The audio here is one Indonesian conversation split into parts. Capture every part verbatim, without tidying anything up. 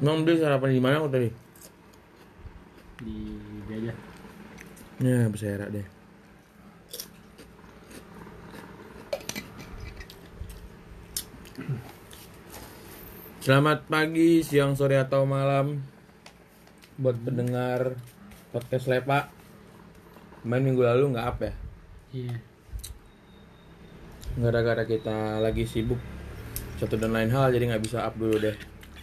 Emang beli sarapan di mana kok tadi? Di aja. Ya, bersera deh. Selamat pagi, siang, sore, atau malam buat pendengar podcast Lepa. Main minggu lalu nggak up ya? Iya. Gara-gara kita lagi sibuk satu dan lain hal, jadi nggak bisa up dulu deh.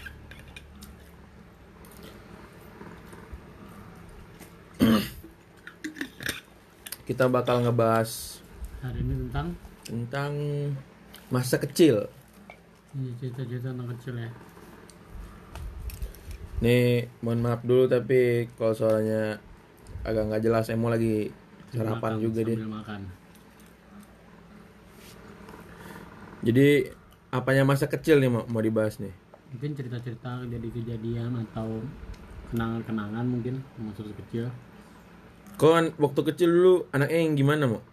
Kita bakal ngebahas Hari ini tentang tentang masa kecil. ini cerita-cerita anak kecil ya. Nih, mohon maaf dulu tapi kalau soalnya agak nggak jelas, Emo lagi sarapan Makan, juga deh. sambil makan. Jadi apanya masa kecil nih mau, mau dibahas nih? Mungkin cerita-cerita jadi kejadian atau kenangan-kenangan mungkin masa kecil. Kau kan waktu kecil dulu anaknya yang gimana mau?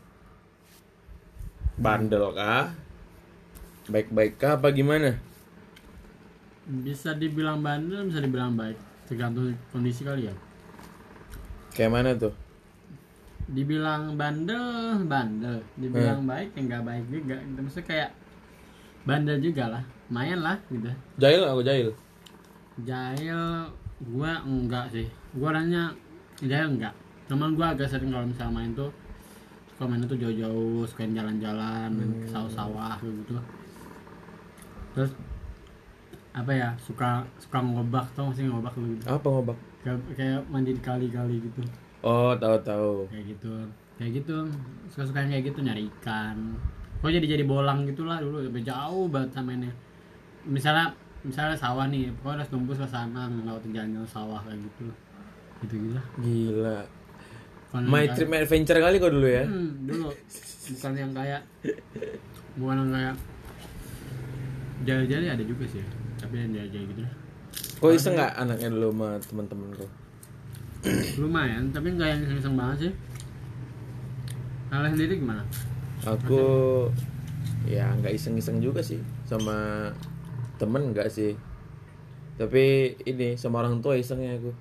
Bandel kah? Baik-baik kah apa gimana? Bisa dibilang bandel, bisa dibilang baik, tergantung kondisi kali ya. Kayak mana tuh? Dibilang bandel, bandel. Dibilang baik, ya nggak baik juga. Maksudnya kayak bandel juga lah, main lah gitu. Jahil aku jahil. Jahil, gua enggak sih. Gua orangnya jahil enggak. Cuman gua agak sering kalau misalnya main tuh, suka main tuh jauh-jauh, suka jalan-jalan, main ke sawah-sawah gitu. Terus apa ya, suka suka ngobak, tau gak sih ngobak gitu. Apa ngobak? Kayak, kayak mandi di kali-kali gitu. Oh, tahu-tahu. Kayak gitu. Kayak gitu. Suka-suka kayak gitu, nyari ikan. Kok jadi jadi bolang gitulah dulu, sampai jauh banget mainnya. Misalnya misalnya sawah nih, pokoknya harus nembus ke sana, ngelewatin jalan-jalan sawah kayak gitu. Gitu gitu lah. Gila. Bukan My yang Trip kayak- Adventure kali kau dulu ya? Hmm, dulu. Bukan yang kayak bukan yang kayak jali-jali ada juga sih. Tapi yang jali-jali gitu lah. Kau iseng nggak anaknya dulu sama teman-teman kau? Lumayan, tapi nggak yang iseng banget sih. Kalian sendiri gimana? Aku ya nggak iseng-iseng juga sih sama temen nggak sih. Tapi ini sama orang tua isengnya aku.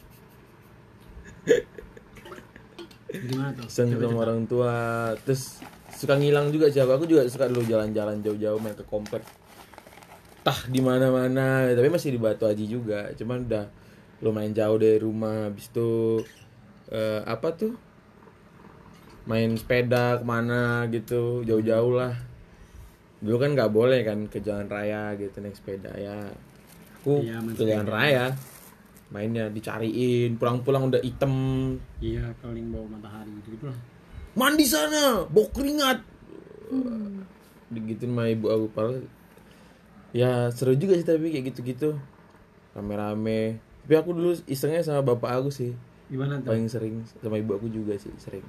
Gimana tuh? Iseng Coba sama cerita. orang tua. Terus suka ngilang juga sih aku. Aku juga suka dulu jalan-jalan jauh-jauh main ke komplek. Tah di mana-mana, tapi masih di Batu Haji juga. Cuman udah lumayan jauh dari rumah. Habis itu eh, apa tuh? Main sepeda kemana gitu, jauh-jauh lah. Dulu kan nggak boleh kan ke jalan raya gitu naik sepeda ya. Aku Iya, main ke jalan sepeda. raya, mainnya dicariin, pulang-pulang udah item. Iya, keliling bawah matahari gitu gitu lah. Mandi sana, bau keringat. Digituin sama ibu aku padahal. Ya seru juga sih tapi kayak gitu-gitu. Rame-rame. Tapi aku dulu isengnya sama bapak aku sih. Gimana tuh? Paling sering sama ibu aku juga sih sering.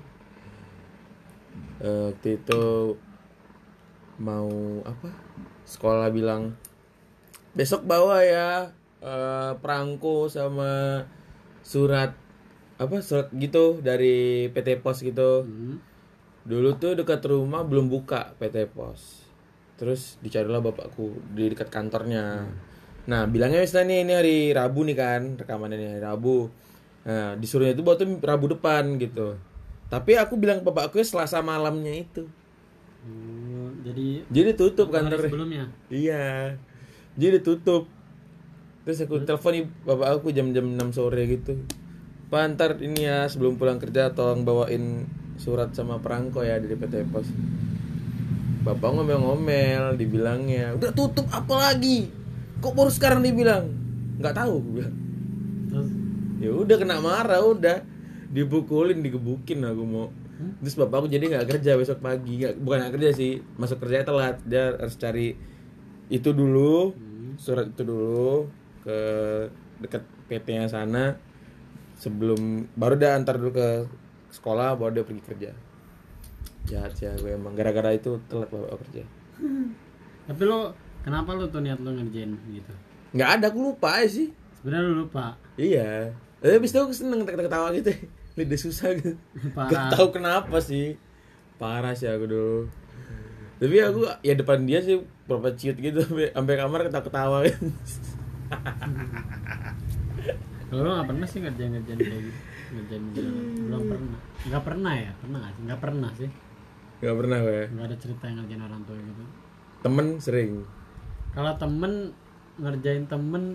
Eh, waktu itu mau apa? Sekolah bilang besok bawa ya eh, perangko sama surat apa surat gitu dari P T Pos gitu. Hmm. Dulu tuh dekat rumah belum buka P T Pos. Terus dicarilah bapakku di dekat kantornya. Nah, bilangnya misalnya nih ini hari Rabu nih kan, rekamannya nih hari Rabu. Nah, disuruhnya itu bawa tuh Rabu depan gitu. Tapi aku bilang ke bapakku ya Selasa malamnya itu. Oh, jadi Jadi tutup hari kantornya. sebelumnya. Iya. Jadi tutup. Terus aku telepon ibu- bapak aku jam-jam enam sore gitu. Pak ntar ini ya sebelum pulang kerja tolong bawain surat sama perangko ya dari P T Pos. Bapak ngomel-ngomel dibilangnya, "Udah tutup apa lagi? Kok baru sekarang dibilang?" Nggak tahu gue bilang. Terus Ya udah kena marah udah. Dipukulin, digebukin aku mau. Terus bapak aku jadi nggak kerja besok pagi. Nggak, bukan nggak kerja sih, masuk kerja telat. Dia harus cari itu dulu, surat itu dulu ke dekat P T-nya sana sebelum baru dia antar dulu ke sekolah baru dia pergi kerja. Jahat sih gue emang gara-gara itu telat bapak kerja. tapi lo kenapa lo tuh niat lo ngerjain gitu? Nggak ada, aku lupa aja sih. Sebenarnya lo lupa. Iya. Tapi abis itu aku seneng ketawa gitu. Lidah susah gitu. Parah. Gak tahu kenapa sih. Parah sih aku dulu. Tapi aku ya depan dia sih berapa ciut gitu sampai sampai kamar ketawa-ketawa gitu. Kalau lo nggak pernah sih ngerjain-ngerjain kayak gitu, ngerjain jalan. Belum pernah. Nggak pernah ya? Pernah nggak sih? Nggak pernah sih. Gak pernah gue. Nggak ada cerita yang ngerjain orang tua gitu. Temen sering. Kalau temen ngerjain temen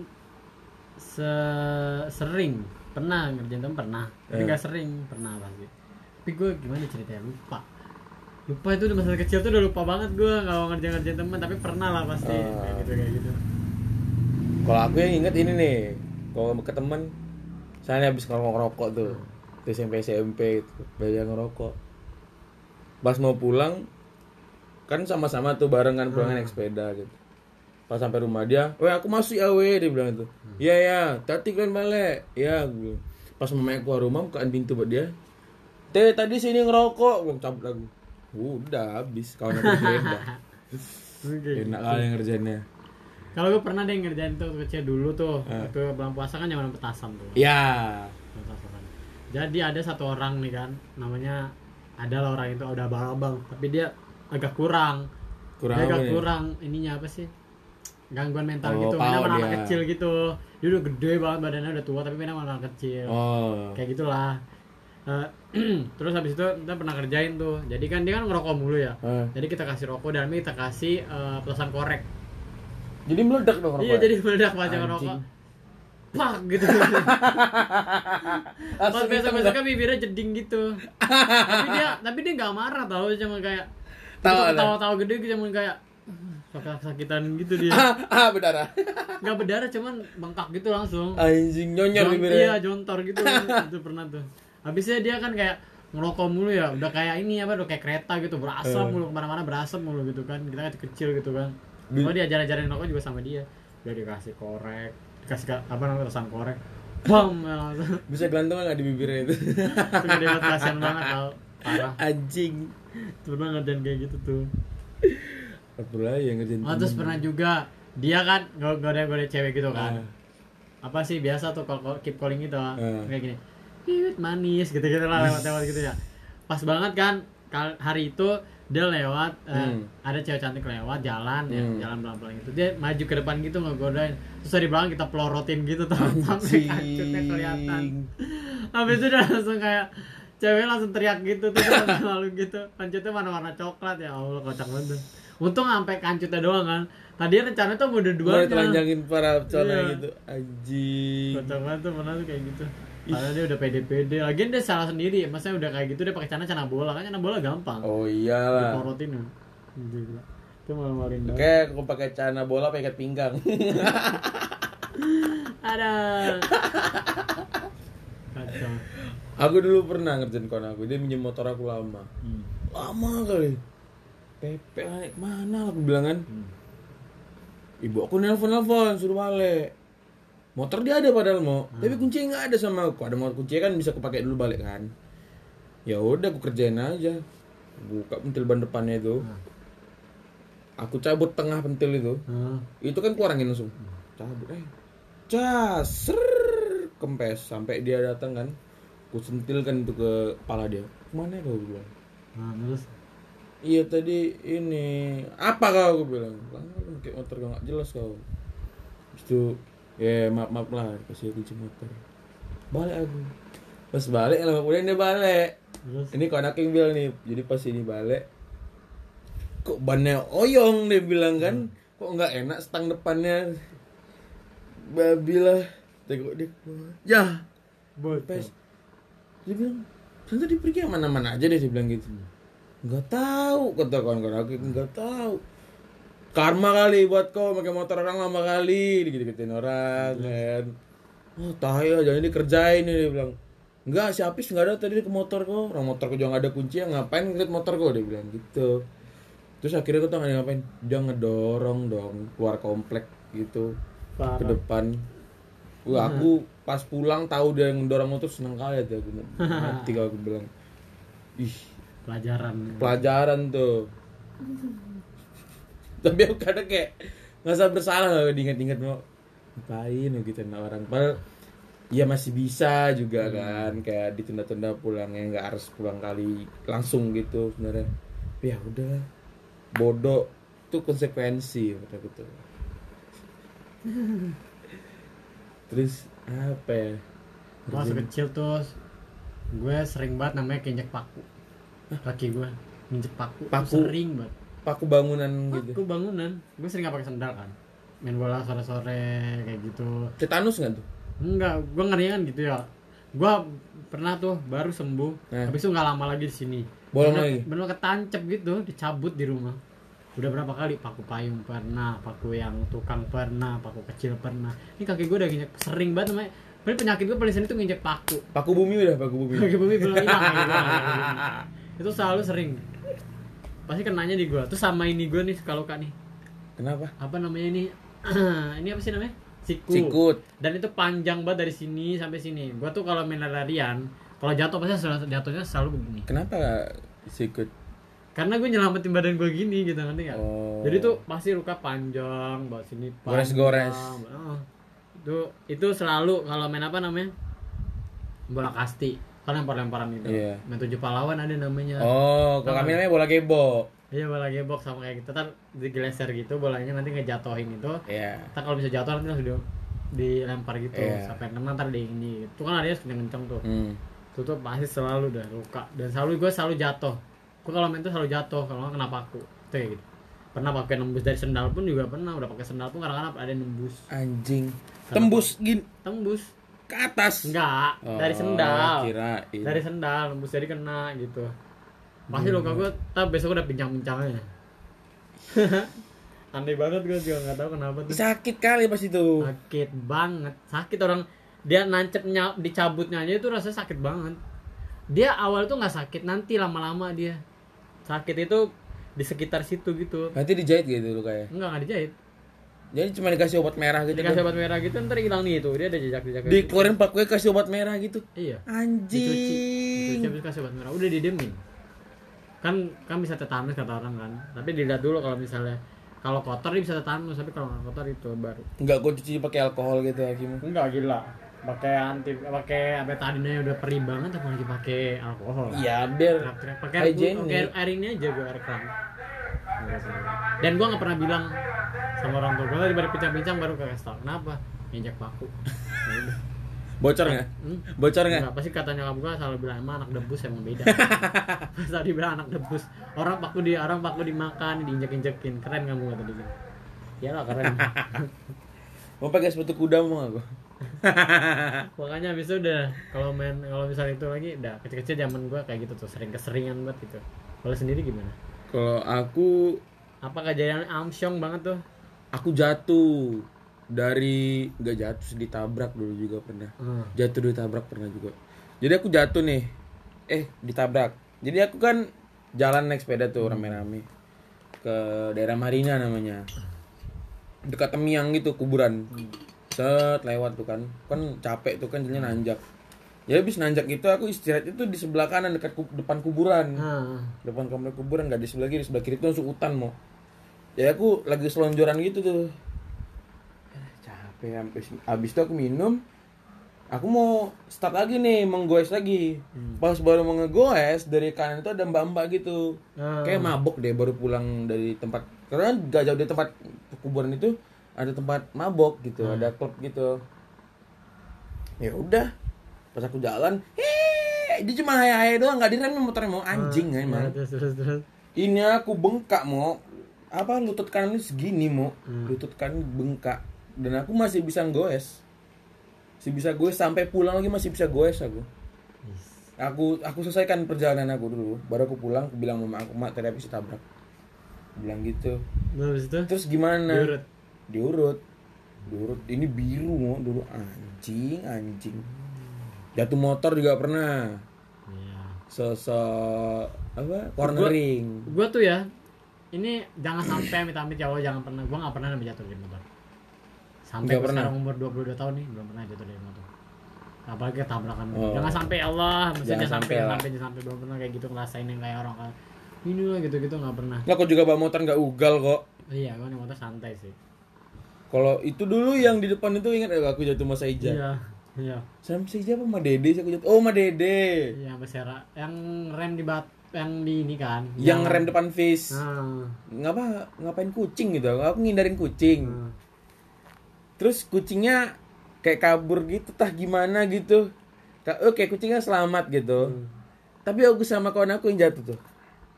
se- sering pernah ngerjain temen pernah, tapi Eh. nggak sering pernah pasti. Tapi gue gimana ceritanya lupa. Lupa itu udah masa kecil tuh udah lupa banget gue nggak mau ngerjain ngerjain temen, tapi pernah lah pasti Oh. kayak gitu kayak gitu. Kalau aku yang inget ini nih, kalau ke temen, saya habis ngerokok-ngerokok tuh, di S M P S M P gitu, belajar ngerokok. Pas mau pulang, kan sama-sama tuh barengan pulang naik sepeda gitu. Pas sampai rumah dia, weh aku masuk ya weh, dia bilang itu. Iya ya, tadi kalian balik, ya gue. Bilang. Pas mamanya keluar rumah, bukaan pintu buat dia. Teh tadi sini ngerokok, gue cabut lagu. Udah habis, kawan aku sepeda. Enak kali ngerjainnya. Kalau gue pernah deh ngerjain tuh waktu kecil dulu tuh, Eh. waktu bulan puasa kan zaman petasan tuh. Ya. Petasan. Jadi ada satu orang nih kan, namanya adalah orang itu udah abang-abang, tapi dia agak kurang. Kurang dia apa agak nih? kurang ininya apa sih? Gangguan mental Oh, gitu, power mainnya sama anak dia. kecil gitu. Dia udah gede banget badannya, udah tua tapi mainnya sama anak kecil. Oh. Kayak gitulah. Eh, terus habis itu kita pernah kerjain tuh. Jadi kan dia kan ngerokok mulu ya. Eh. Jadi kita kasih rokok dan kita kasih eh, petasan korek. Jadi meledak dong Iya, rokoknya? jadi meledak pas Anjing. ngerokok. Pak gitu. Pas Langsung besok-besok kan bibirnya jeding gitu. tapi dia tapi dia nggak marah tau, cuma kayak Tawa lah. tawa-tawa gede gitu, cuma kayak sakit-sakitan gitu dia. ah, ah berdarah. Nggak berdarah, cuman bengkak gitu langsung. Anjing nyonyor Jon- bibirnya. iya, jontor gitu. Itu pernah tuh. Habisnya dia kan kayak ngerokok mulu ya, udah kayak ini apa, udah kayak kereta gitu, berasap Eh. mulu kemana-mana, berasap mulu gitu kan. Kita kan kecil gitu kan. Bi- Kalau dia ajarin-ajarin rokok juga sama dia. Udah dikasih korek, dikasih ka- apa namanya, petasan korek. Bam, ya langsung. Bisa gelantungan nggak di bibirnya itu? Itu gede banget, kasihan banget tau. Parah. Anjing. Pernah ngerjain kayak gitu tuh. Apa lagi yang ngerjain? Oh, terus temen? pernah juga dia kan goda-goda cewek gitu kan. Ah. Apa sih biasa tuh kalau keep calling gitu, Ah. kayak gini. Pipit manis gitu-gitu lah, lewat-lewat gitu ya. Pas banget kan kal- hari itu dia lewat, eh, Hmm. ada cewek cantik lewat jalan ya, Hmm. jalan pelan-pelan gitu. Dia maju ke depan gitu ngegodain. Terus dari belakang kita pelorotin gitu tuh sampai kancutnya kelihatan. Habis itu dia langsung kayak cewek langsung teriak gitu tuh, dia langsung malu gitu. Kancutnya warna-warna coklat, ya Allah kocak banget tuh. Untung sampai kancutnya doang kan. Tadi rencana tuh mau Mulai dua-duanya. telanjangin para cowok Iya. gitu. Anjing. Kocak banget tuh, pernah tuh kayak gitu. Padahal dia udah pede-pede. Lagian dia salah sendiri. Maksudnya udah kayak gitu dia pakai celana celana bola, kan celana bola gampang. Oh iyalah. Diporotin ya. Gila. Itu malu-maluin banget. Kayak aku pakai celana bola pakai ikat pinggang. Ada. Kacau. Aku dulu pernah ngerjain kawan aku, dia minjem motor aku lama. Hmm. Lama kali. Pepe naik mana aku bilang kan. Hmm. Ibu aku nelpon-nelpon suruh balik. Motor dia ada padahal mau, Hmm. tapi kuncinya nggak ada sama aku. Ada motor kunci kan bisa aku pakai dulu balik kan. Ya udah aku kerjain aja. Buka pentil ban depannya itu. Hmm. Aku cabut tengah pentil itu. Ah. Itu kan keluar angin langsung. Cabut eh. Cas, ser, kempes sampai dia datang kan. Aku sentilkan itu ke kepala dia. Kemana kau bilang? Nah, terus Iya tadi ini apa kau aku bilang. Lama kan kayak motor kau nggak jelas kau. Habis itu ya maaf maaf lah kasih kunci motor. Balik aku. Pas balik lama kemudian dia balik. terus Ini kau anak yang bilang nih. Jadi pas ini balik. Kok bannya oyong dia bilang kan. Kok nggak enak stang depannya. Babi lah. Tengok dia keluar. Ya. bocor. Pes. Dia bilang, "Tante dia pergi mana-mana aja deh," dia bilang gitu. Enggak tahu, kata kawan-kawan aku, enggak tahu. Karma kali buat kau pakai motor orang lama kali, gitu-gituin orang kan. Oh, tahu ya, jangan dikerjain nih dia bilang. Enggak, si Apis enggak ada tadi ke motor kau. Orang motor kau juga enggak ada kunci, ngapain ngeliat motor kau, dia bilang gitu. Terus akhirnya aku tahu dia ngapain? Dia ngedorong dong keluar komplek gitu Parah. ke depan. Wah, aku pas pulang tahu dia ngedorong motor seneng kali tuh aku. Mati kalau aku bilang. Ih, Pelajaran. pelajaran tuh. Tapi aku kadang kayak ngerasa bersalah kalau diingat-ingat mau ngapain ya gitu nah orang. Padahal ya masih bisa juga kan, kayak ditunda-tunda pulangnya, nggak harus pulang kali langsung gitu sebenarnya. Tapi ya udah, bodoh itu konsekuensi kata aku tuh. Terus apa ya? Pas kecil tuh gue sering banget namanya keinjek paku. Kaki gue nginjek paku. Paku? Sering banget. Paku bangunan gitu. Paku bangunan. Gue sering gak pakai sendal kan. Main bola sore-sore kayak gitu. Tetanus nggak tuh? Enggak, gue ngeri kan gitu ya. Gue pernah tuh baru sembuh. Nah. Habis itu nggak lama lagi di sini. Bolong bener, lagi? Bener ketancep gitu, dicabut di rumah. Udah berapa kali paku payung pernah, paku yang tukang pernah, paku kecil pernah. Ini kaki gue udah nginjek sering banget namanya. Paling penyakit gue paling sering tuh nginjek paku. Paku bumi udah, paku bumi. Kaki bumi belum hilang kaki gua, kaki bumi. Itu selalu sering. Pasti kenanya di gue. Terus sama ini gue nih kalau kak nih. Kenapa? Apa namanya ini? Ini apa sih namanya? Siku. Sikut. Dan itu panjang banget dari sini sampai sini. Gue tuh kalau main larian, kalau jatuh pasti selalu, jatuhnya selalu begini. Kenapa sikut? Karena gue nyelamatin badan gue gini gitu nanti kan. Oh. Jadi tuh pasti luka panjang, bawa sini panjang. Gores-gores. Oh. Itu itu selalu kalau main apa namanya? Bola kasti. Kan lempar-lemparan itu. Iya. Main tujuh pahlawan ada namanya. Oh, kalau kami namanya bola gebok. Iya bola gebok sama kayak gitu. Ntar digeser gitu bolanya nanti ngejatohin itu. Iya. Ntar kalau bisa jatuh nanti langsung di, dilempar gitu Iya. sampai kena ntar di ini. Itu kan larinya kenceng-kenceng tuh. Hmm. Itu tuh pasti selalu dah luka dan selalu gue selalu jatuh. Gue kalau main tuh selalu jatuh kalau nggak kena paku. Itu kayak gitu. Pernah pakai nembus dari sendal pun juga pernah. Udah pakai sendal pun kadang-kadang ada yang nembus. Anjing. Tembus gin Tembus. ke atas. Enggak, Oh, dari sendal. kirain. Dari sendal nembus jadi kena gitu. Pasti luka gue, tapi besok udah pincang-pincangnya. Aneh banget gue juga nggak tahu kenapa tuh. Sakit kali pas itu. Sakit banget, sakit orang dia nancepnya dicabutnya aja itu rasanya sakit banget. Dia awal tuh nggak sakit, nanti lama-lama dia sakit itu di sekitar situ gitu. Nanti dijahit gitu lu kayak. Enggak nggak dijahit, Jadi cuma dikasih obat merah gitu. dikasih tuh. obat merah gitu ntar hilang nih itu dia ada jejak-jejak. Dikeluarin pakunya kasih obat merah gitu. Iya. Anjing. Dicuci, dicuci habis kasih obat merah, udah didiemin. Kan kan bisa tetanus kata orang kan. Tapi dilihat dulu kalau misalnya kalau kotor dia bisa tetanus, tapi kalau nggak kotor itu baru. Enggak, gua cuci pakai alkohol gitu Hakim. Enggak gila. Pakai anti pakai betadine udah perih banget apalagi pakai alkohol. Iya, biar Pakai hygienic. pakai air ini aja gue air keran. Dan gua nggak pernah bilang sama orang tua gue tadi baru pincang-pincang baru kasih tau. Kenapa? Injak paku. Ya udah. Bocor enggak? Hmm? Bocor enggak? Enggak, pasti katanya kamu gua selalu bilang emang anak debus emang beda. Pas tadi bilang anak debus, orang paku di orang paku dimakan, diinjek-injekin. Keren kamu kata dia. Iyalah keren. Mau pakai sepatu kuda mau enggak gua? Makanya habis itu udah kalau main kalau misalnya itu lagi udah kecil-kecil zaman gua kayak gitu tuh, sering keseringan banget gitu. Kalau sendiri gimana? Kalau aku Apa kejadian amsyong banget tuh? aku jatuh dari nggak jatuh sih, ditabrak dulu juga pernah. Hmm. Jatuh ditabrak pernah juga. Jadi aku jatuh nih. Eh, ditabrak. Jadi aku kan jalan naik sepeda tuh rame-rame ke daerah Marina namanya. Dekat Temiang gitu, kuburan. Set lewat tuh kan. Kan capek tuh kan jadinya nanjak. Ya habis nanjak itu aku istirahat itu di sebelah kanan dekat ku- depan kuburan. Hmm. Depan kamar kuburan, nggak di sebelah kiri, di sebelah kiri itu langsung hutan mau. Ya aku lagi selonjoran gitu tuh. Eh, capek sampai sini. Habis itu aku minum. Aku mau start lagi nih, menggoes lagi. Hmm. Pas baru mau ngegoes, dari kanan itu ada mbak-mbak gitu. Hmm. Kayak mabok deh baru pulang dari tempat. Karena gak jauh dari tempat kuburan itu ada tempat mabok gitu, Hmm. ada klub gitu. Ya udah. Pas aku jalan, hei, dia cuma hayai doang, nggak direm motornya mau anjing Hmm. emang. Terus terus terus. Ini aku bengkak mau apa lutut kanan ini segini mau Hmm. lutut kanan bengkak dan aku masih bisa goes, masih bisa goes sampai pulang lagi masih bisa goes aku. Aku aku selesaikan perjalanan aku dulu, baru aku pulang, aku bilang sama aku mak tadi habis ditabrak, bilang gitu. Terus itu Terus gimana? diurut. Diurut, diurut. Ini biru mau dulu anjing anjing. Jatuh motor juga pernah. Iya. Sosok apa? Cornering. Gua tuh ya ini jangan sampai amit-amit ya Allah jangan pernah, gua nggak pernah sampai jatuh dari motor sampai Nggak gua pernah? sekarang umur dua puluh dua tahun nih belum pernah jatuh dari motor, apalagi tabrakan. Oh. Jangan sampai Allah maksudnya Jangan sampai sampai lah. sampai sampai belum pernah kayak gitu ngerasain yang kayak orang kan ini lah gitu-gitu nggak pernah. Lah kok juga bawa motor nggak ugal kok. Iya gua naik motor santai sih. Kalau itu dulu yang di depan itu ingat gak aku jatuh sama Saija? Iya iya Sama Saija apa sama Dede sih aku jatuh? Oh sama Dede. iya sama Sera yang rem di bat yang di ini kan Yang rem depan face. nah, Ngapa ngapain kucing gitu? Aku ngindarin kucing. nah. Terus kucingnya kayak kabur gitu, tah gimana gitu. Ka- oh, kayak kucingnya selamat gitu. Hmm. Tapi aku sama kawan aku yang jatuh tuh.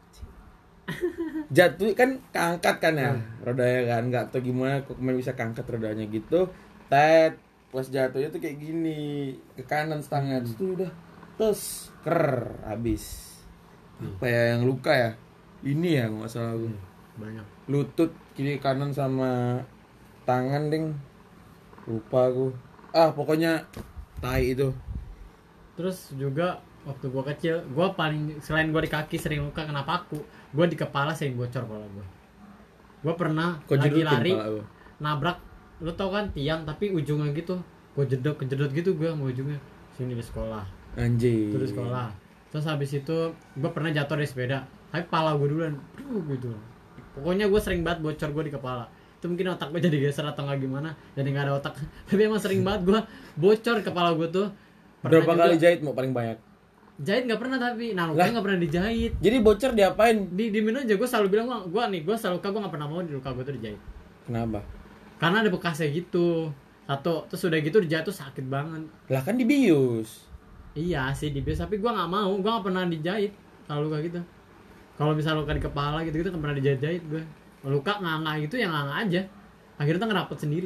Jatuh kan keangkat kan ya, Hmm. rodanya kan, nggak tahu gimana kok kemarin bisa keangkat rodanya gitu. Tet, pas jatuhnya tuh kayak gini, ke kanan setengah, terus tuh udah, terus ker, habis. Apa ya yang luka ya? Ini ya nggak salah aku. Banyak. Lutut kiri kanan sama tangan ding, lupa aku. Ah pokoknya tai itu. Terus juga waktu gua kecil, gua paling selain gua di kaki sering luka kena paku, gua di kepala sering bocor kepala gua. Gua pernah Kok lagi jerutin lari kepala lu? nabrak, lu tau kan tiang tapi ujungnya gitu, gua jedok kejedot gitu gua sama ujungnya sini di sekolah. Anjing. Itu di sekolah. Terus habis itu gua pernah jatuh dari sepeda, tapi kepala gua duluan, Duh, gitu. Pokoknya gua sering banget bocor gua di kepala. Itu mungkin otak gua jadi geser atau nggak gimana, jadi nggak ada otak. Tapi emang sering banget gua bocor kepala gua tuh. Pernah Berapa juga- kali jahit mau paling banyak? Jahit nggak pernah tapi, nah Lah. luka nggak pernah dijahit. Jadi bocor diapain? Di di mana aja gue selalu bilang gua, gua nih gue selalu luka gue nggak pernah mau di luka gue tuh dijahit. Kenapa? Karena ada bekasnya gitu. Satu, terus udah gitu dijahit tuh sakit banget. Lah kan dibius. Iya sih dibius, tapi gue nggak mau, gue nggak pernah dijahit kalau luka gitu. Kalau misal luka di kepala gitu gitu nggak pernah dijahit-jahit gue. Luka nganga gitu ya nganga aja. Akhirnya tuh ngerapet sendiri.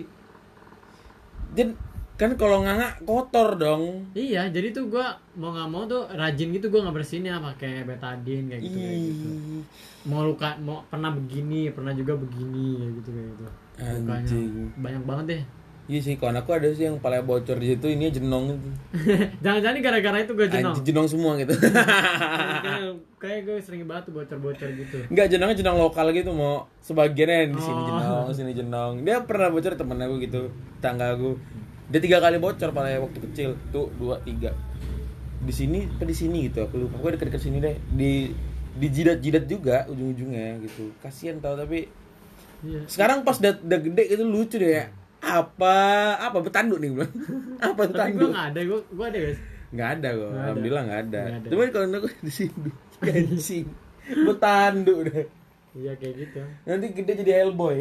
Dan kan kalau nganga kotor dong. Iya, jadi tuh gue mau nggak mau tuh rajin gitu gue nggak bersihinnya pakai betadine kayak gitu, kayak gitu. Ih, Mau luka, mau pernah begini, pernah juga begini kayak gitu kayak gitu. Lukanya anjing. banyak banget deh. Iya sih, kawan aku ada sih yang kepala bocor di situ, ini jenong itu. Jangan-jangan ini gara-gara itu gue jenong. Anjing jenong semua gitu. kayak kayak gue sering banget tuh bocor-bocor gitu. Enggak, jenongnya jenong lokal gitu, mau sebagiannya di sini Oh. jenong, sini jenong. Dia pernah bocor temen aku gitu, tangga aku. Dia tiga kali bocor palanya waktu kecil. Tuh, dua, tiga. Di sini apa di sini gitu, aku lupa. Pokoknya dekat-dekat sini deh. Di di jidat-jidat juga ujung-ujungnya gitu. Kasihan tau, tapi Iya. sekarang pas udah, udah gede itu lucu deh ya. Apa apa bertanduk nih bilang. Apa Tapi gue bertanduk? nggak ada, gue gue ada guys. Nggak ada kok, Nggak ada. alhamdulillah nggak ada. Nggak ada. Cuman kalau aku di sini anjing. Bertanduk deh. Iya kayak gitu. Nanti gede jadi Hellboy.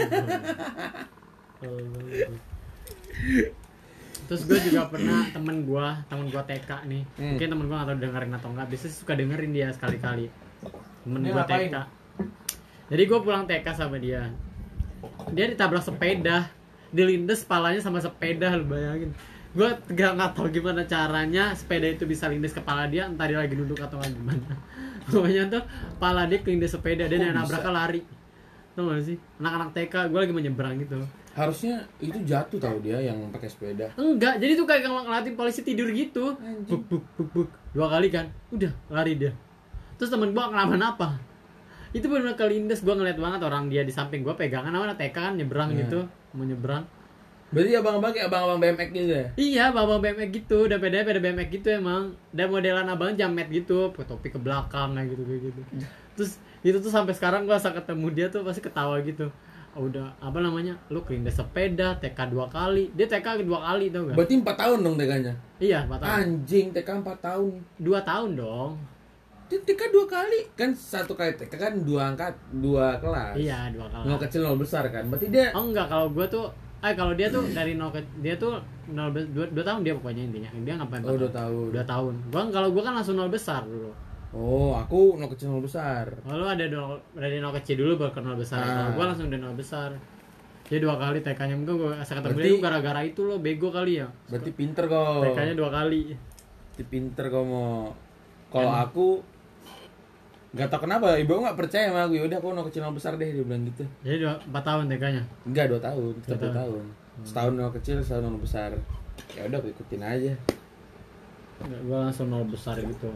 Terus gue juga pernah temen gue, temen gue T K nih. Hmm. Mungkin temen gue nggak tahu dengerin atau enggak. Biasanya suka dengerin dia sekali-kali. Temen Dia gue T ngapain? K. Jadi gue pulang T K sama dia. Dia ditabrak sepeda, dilindes kepalanya sama sepeda, lu bayangin. Gue gak, nggak tahu gimana caranya sepeda itu bisa lindes kepala dia, entah dia lagi duduk atau nggak gimana. Pokoknya tuh kepala dia kelindes sepeda, dia Kok yang bisa? nabraknya lari. Tau gak sih? Anak-anak T K, gue lagi mau nyebrang gitu. Harusnya itu jatuh tahu dia yang pakai sepeda. Enggak, jadi tuh kayak ngeliatin polisi tidur gitu. Buk buk buk buk. Dua kali kan. Udah, lari dia. Terus temen gua kenapa-napa. Itu benar kelindes, gua ngeliat banget orang dia di samping gua pegangan sama T K kan nyebrang Iya. gitu, mau nyebrang. Berarti abang-abang kayak abang-abang B M X gitu ya? Iya, bawa B M X gitu, udah peda peda B M X gitu emang. Dan modelan abang jamet gitu, pakai topi ke belakang kayak gitu kayak gitu. Terus itu tuh sampai sekarang gua asal ketemu dia tuh pasti ketawa gitu. Oh, udah apa namanya? Lu kelindes sepeda, T K dua kali. Dia T K dua kali tau gak? Berarti empat tahun dong T K-nya. Iya, empat tahun. Anjing, T K empat tahun. Dua tahun dong. T K dua kali. Kan satu kali T K kan dua angkat, dua kelas. Iya, dua kali. Nol kecil nol besar kan. Berarti dia Oh enggak, kalau gua tuh eh kalau dia tuh dari nol ke dia tuh nol be- dua, dua tahun dia pokoknya intinya. Dia ngapain? Oh, dua tahun. Dua tahun. Gua kalau gua kan langsung nol besar dulu. Oh, aku nol kecil nol besar. Kalau ada nol, dari nol kecil dulu baru ke nol besar. Ah. Kalau gua langsung dari nol besar. Dia dua kali T K-nya mungkin gua asal ketemu Berarti- dia tuh gara-gara itu lo bego kali ya. Berarti pinter kok. T K-nya dua kali. Berarti pinter kok mau. Kalau aku nggak tau kenapa ibu aku nggak percaya sama aku. Yaudah aku nol kecil nol besar deh, dia bilang gitu. Jadi dua, empat tahun T K-nya. Enggak, dua tahun, tetap Dua dua tahun. Setahun nol kecil, setahun nol besar. Ya udah aku ikutin aja. Enggak, gua langsung nol besar gitu.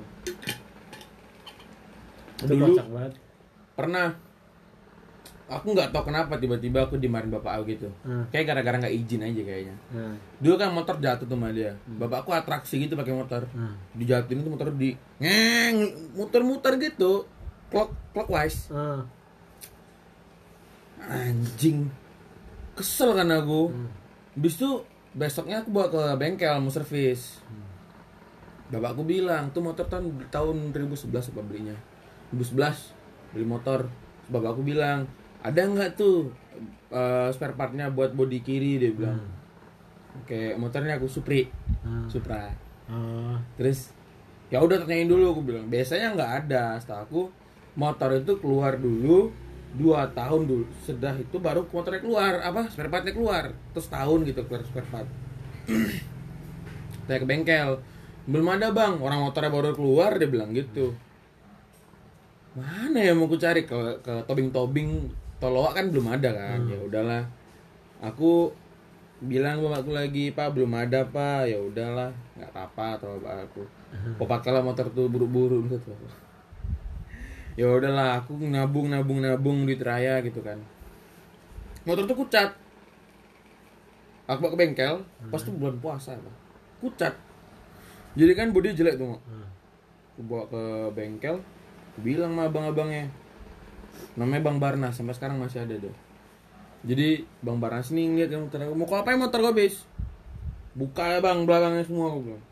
Itu Dulu- kocak banget. Pernah aku nggak tahu kenapa tiba-tiba aku dimarahin bapak aku gitu. Hmm. Kayak gara-gara nggak izin aja kayaknya. Nah, Dulu kan motor jatuh tuh sama dia. Bapak aku atraksi gitu pakai motor. nah. Dijatuhin itu motor di ngeng, muter-muter gitu. Clock clockwise. Ah. Anjing. Kesel kan aku. Hmm. Habis itu besoknya aku bawa ke bengkel mau servis. Bapakku bilang, tuh motor tahun tahun dua ribu sebelas apa belinya. dua ribu sebelas beli motor. Terus bapakku bilang, ada nggak tuh uh, spare partnya buat bodi kiri, dia bilang. Kayak motornya aku Supri, Hmm. Supra. Oh. Terus ya udah tanyain dulu, aku bilang biasanya nggak ada. Setahu aku motor itu keluar dulu dua tahun dulu, sedah itu baru motornya keluar, apa spare partnya keluar, terus tahun gitu keluar spare part. Saya ke bengkel, belum ada bang, orang motornya baru keluar, dia bilang gitu. Mana ya mau ku cari ke ke tobing-tobing Toloa kan belum ada kan. Hmm. Ya udahlah, aku bilang bapakku lagi, pak belum ada pak. Ya udahlah, nggak apa-apa atau bapak aku. Kok pakailah motor tuh buru-buru gitu. Ya udahlah, aku nabung nabung nabung duit raya gitu kan. Motor tuh kucat. Aku bawa ke bengkel, pas tuh bulan puasa apa. Kucat. Jadi kan bodi jelek tuh. Hmm. Aku bawa ke bengkel, aku bilang sama abang-abangnya. Namanya Bang Barnas, sampai sekarang masih ada deh. Jadi Bang Barnas nih ngeliat yang motor aku, mau kau apain motor gue bis? Buka ya bang belakangnya semua, aku bilang.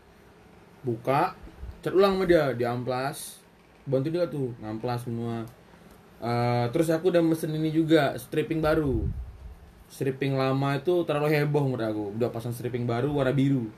Buka, cat ulang sama dia, di amplas. Bantu dia tuh, ngamplas semua. Uh, terus aku udah mesen ini juga, stripping baru. Stripping lama itu terlalu heboh menurut aku. Udah pasang stripping baru warna biru.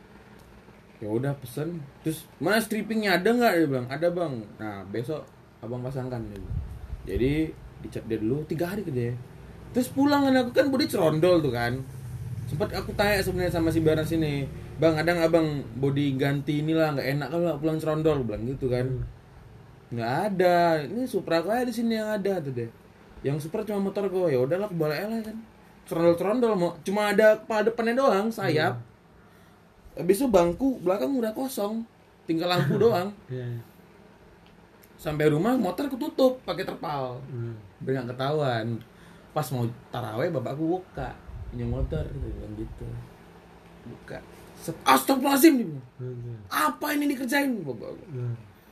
Ya udah pesen. Terus mana strippingnya ada nggak? Dia bilang ada bang. Nah besok abang pasangkan dia bilang. Jadi dicat dia dulu tiga hari kerja. Terus pulang kan aku kan body cerondol tuh kan. Sempat aku tanya sebenarnya sama si Barnas ini, bang ada nggak bang body ganti inilah, nggak enak kalau pulang cerondol, bilang gitu kan. Nggak ada, ini Supra aku aja di sini yang ada tuh deh. Yang Supra cuma motor gue, ya udahlah kebalik lah kan. Cerondol-cerondol mau, cuma ada kepala depannya doang, sayap. Hmm. Habis itu bangku belakang udah kosong, tinggal lampu doang. Yeah. Sampai rumah motor aku tutup pakai terpal, Hmm. biar nggak ketahuan. Pas mau taraweh bapakku buka, punya motor, bilang gitu. Buka. Astagfirullahaladzim, dia bilang. Hmm. Apa ini dikerjain bapakku? Hmm.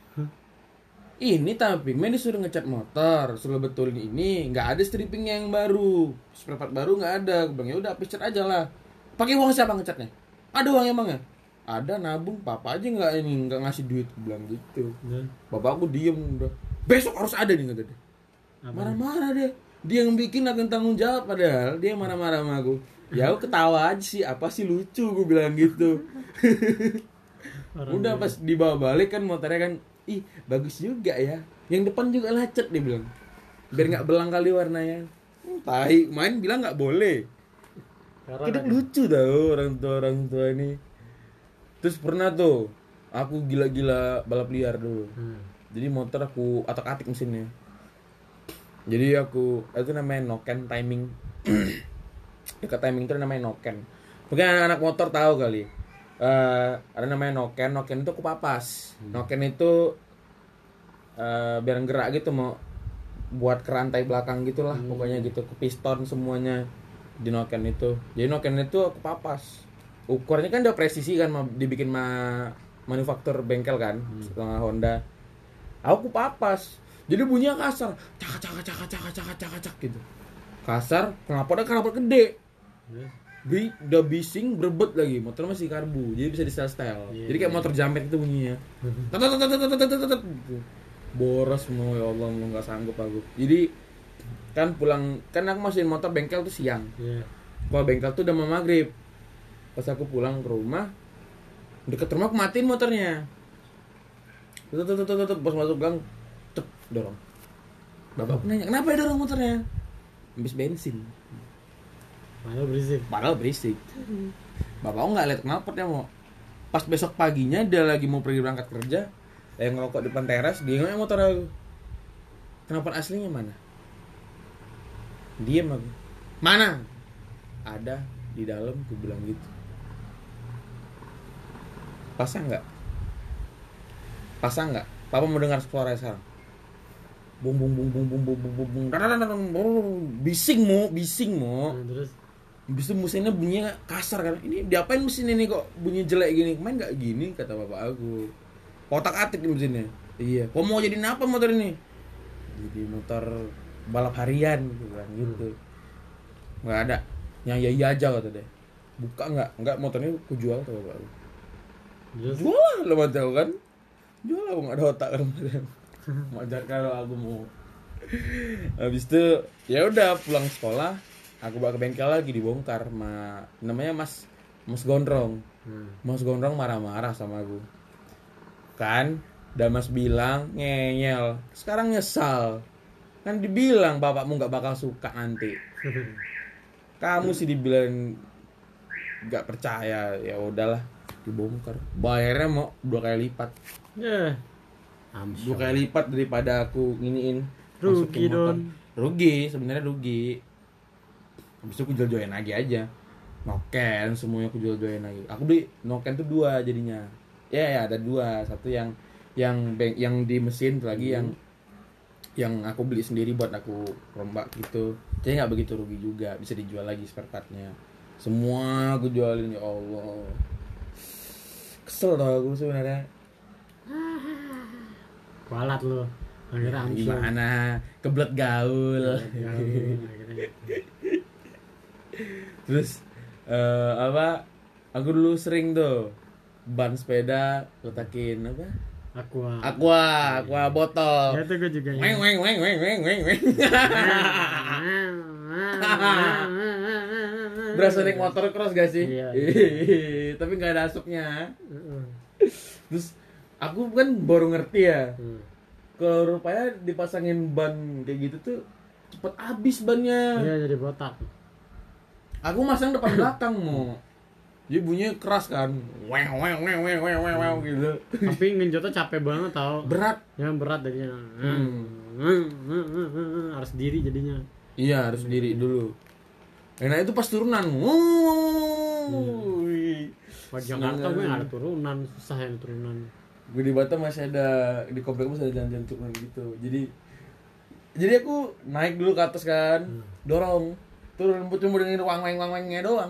Ini tapi men disuruh ngecat motor, suruh betulin ini, nggak ada stripping yang baru, spare part baru nggak ada. Gue bilang ya udah habis cat aja lah. Pakai uang siapa ngecatnya? Ada uangnya bang ya? Ada, nabung, papa aja nggak ini nggak ngasih duit, gue bilang gitu. Dan Bapak aku diem udah. Besok harus ada nih kata dia. apa? Marah-marah dia. Dia yang bikin akan tanggung jawab padahal dia marah-marah sama aku. Ya aku ketawa aja sih, apa sih lucu gue bilang gitu. Orang Udah pas dibawa balik kan motornya kan, ih bagus juga ya. Yang depan juga lecet dia bilang. Biar nggak belang kali warnanya. Hmm, tai, main bilang nggak boleh. Karena Kita lucu tau orang tua orang tua ini. Terus pernah tuh aku gila-gila balap liar dulu. Hmm. Jadi motor aku atak-atik mesinnya. Jadi aku itu namanya noken timing. Dekat timing itu namanya noken. Mungkin anak-anak motor tahu kali. Uh, ada namanya noken. Noken itu aku papas. Hmm. Noken itu uh, biar gerak gitu mau buat kerantai belakang gitulah, hmm. pokoknya gitu, ke piston semuanya di noken itu. Jadi noken itu aku papas. Ukurannya kan udah presisi kan, dibikin ma manufaktur bengkel kan, hmm. setengah Honda. Aku papas. Jadi bunyinya kasar, cak cak cak cak cak cak cak gitu. Kasar, kenapa ada knalpot gede? Yeah. Bi, udah bising, berebut lagi. Motor masih karbu, jadi bisa di style-style. Yeah, jadi kayak yeah. motor jamet itu bunyinya. Boros semua, ya Allah, mau nggak sanggup aku. Jadi kan pulang, kan aku masih motor bengkel tuh siang. Yeah. Kalau bengkel tuh udah mau maghrib. Pas aku pulang ke rumah, deket rumah aku matiin motornya. Tutup tutup tutup tutup, pas masuk gang, tutup dorong. Bapak nanya, kenapa ya dorong motornya? Habis bensin. Padahal berisik. Padahal berisik. Bapak nggak lihat knalpotnya mau. Pas besok paginya dia lagi mau pergi berangkat kerja, yang ngerokok depan teras, dia ngomong motor aku. Knalpot aslinya mana? Diam aku. Mana? Ada di dalam, aku bilang gitu. Pasang nggak? Pasang nggak? Papa mau dengar suara sekarang. Bung bung bung bung bung bung bung bung bung. Bising mo, bising mo. Nah, terus Habis itu mesinnya bunyinya kasar kan. Ini diapain mesin ini kok bunyi jelek gini? Main nggak gini kata bapak aku. Kotak-atik di mesinnya. Iya. Kok mau jadi apa motor ini? Jadi motor balap harian gitu. Nggak ada. Yang ya iya aja kata dia. Buka nggak? Nggak, motornya aku jual kata bapak aku. Terus? Jual lah lo tahu kan? Jual lah, nggak ada otak kan. Majar kalau aku mau. Habis itu ya udah pulang sekolah, aku bawa ke bengkel lagi dibongkar sama namanya Mas Mas Gondrong. Hmm. Mas Gondrong marah-marah sama aku. Kan, dan Mas bilang ngeyel. Sekarang nyesal. Kan dibilang bapakmu nggak bakal suka nanti. Kamu sih dibilang nggak percaya, ya udahlah dibongkar. Bayarnya mau dua kali lipat. Ya. Dua kali lipat daripada aku nginiin. Rugi masukin motor. dong. Rugi, sebenarnya rugi. Habis itu aku jual-jualin lagi aja. Noken semuanya aku jual-jualin lagi. Aku beli Noken tuh dua jadinya. Ya ya ada dua, satu yang yang bank, yang di mesin, lagi hmm. yang yang aku beli sendiri buat aku rombak gitu. Jadi nggak begitu rugi juga, bisa dijual lagi spare partnya. Semua aku jualin, ya Allah. Kesel tau aku sebenarnya. Kualat lu. Akhirnya amsyong. Gimana? Kebelet gaul. Terus uh, apa? Aku dulu sering tuh ban sepeda letakin apa? Aqua. Aqua, aqua botol. Ya itu gue juga. Weng weng weng weng weng weng weng. Berasa naik motor cross gak sih? Iya. Tapi nggak ada asapnya. Terus aku kan baru ngerti ya. Hmm. Kalau rupanya dipasangin ban kayak gitu tuh cepet habis bannya. Iya jadi botak. Aku masang depan belakang mau. Jadi bunyinya keras kan. Weng weng weng weng weng weng weng gitu. Tapi ngenjotnya capek banget tau. Berat. Ya berat jadinya. Hmm. Harus diri jadinya. Iya harus diri dulu. Nah itu pas turunan. Hmm. Di Jakarta gue nggak ada turunan, susah ya turunan. Gue di Batam masih ada, di komplek masih ada jalan-jalan turunan gitu. Jadi jadi aku naik dulu ke atas kan, hmm. dorong, turun cuma dengan wang wang wang wangnya doang.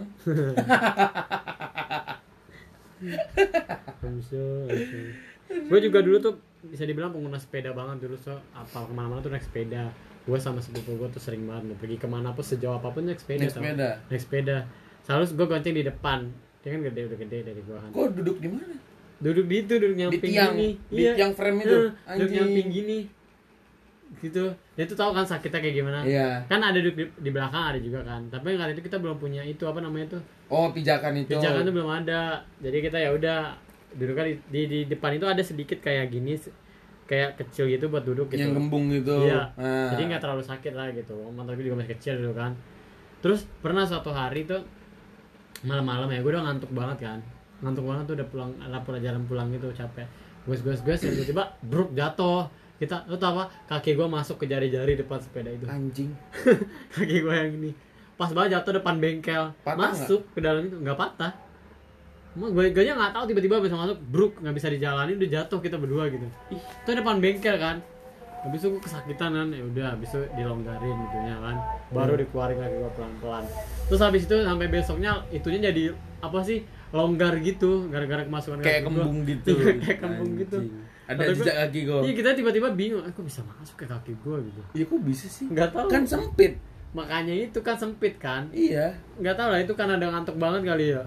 Gue juga dulu tuh bisa dibilang pengguna sepeda banget dulu, so apal kemana-mana tuh naik sepeda. Gue sama sepupu gue tuh sering banget pergi kemana pun sejauh apapun naik sepeda. Naik sepeda. Tau? Naik sepeda. Selalu gue gonceng di depan. Dia kan gede udah gede dari gue kan. Kok duduk di mana? Duduk di itu, duduk nyamping di tiang, gini. Di iya. Tiang frame itu. Uh, duduk nyamping gini. Gitu. Dia tuh tahu kan sakitnya kayak gimana. Iya. Kan ada duduk di, di belakang ada juga kan. Tapi kali itu kita belum punya itu apa namanya tuh? Oh, pijakan itu. Pijakan tuh belum ada. Jadi kita ya udah duduk kan di, di di depan itu ada sedikit kayak gini kayak kecil gitu buat duduk gitu. Yang gembung gitu. Iya. Ah. Jadi nggak terlalu sakit lah gitu. Mantan gue juga masih kecil dulu kan. Terus pernah suatu hari tuh malam-malam ya, gue udah ngantuk banget kan. Ngantuk banget tuh udah pulang, lapor jalan pulang gitu capek. Gue gue gue tiba-tiba bruk jatuh. Kita lu tau apa? Kaki gue masuk ke jari-jari depan sepeda itu. Anjing. Kaki gue yang ini. Pas banget jatuh depan bengkel. Patah masuk gak? Ke dalam itu nggak patah. Emang gue gue nya nggak tahu tiba-tiba bisa masuk bruk nggak bisa dijalanin udah jatuh kita berdua gitu. Ih, itu depan bengkel kan. Habis itu gue kesakitan kan, ya udah habis itu dilonggarin gitu ya kan. Baru dikeluarin lagi gue pelan-pelan. Terus habis itu sampai besoknya itunya jadi apa sih? Longgar gitu gara-gara kemasukan kayak kembung gua. Gitu. Kayak kembung gitu. Ada jejak kaki gue. Iya, kita tiba-tiba bingung, eh, kok bisa masuk ke kaki gue gitu. Iya, kok bisa sih? Enggak tahu. Kan sempit. Makanya itu kan sempit kan? Iya. Nggak tahu lah itu kan ada ngantuk banget kali ya.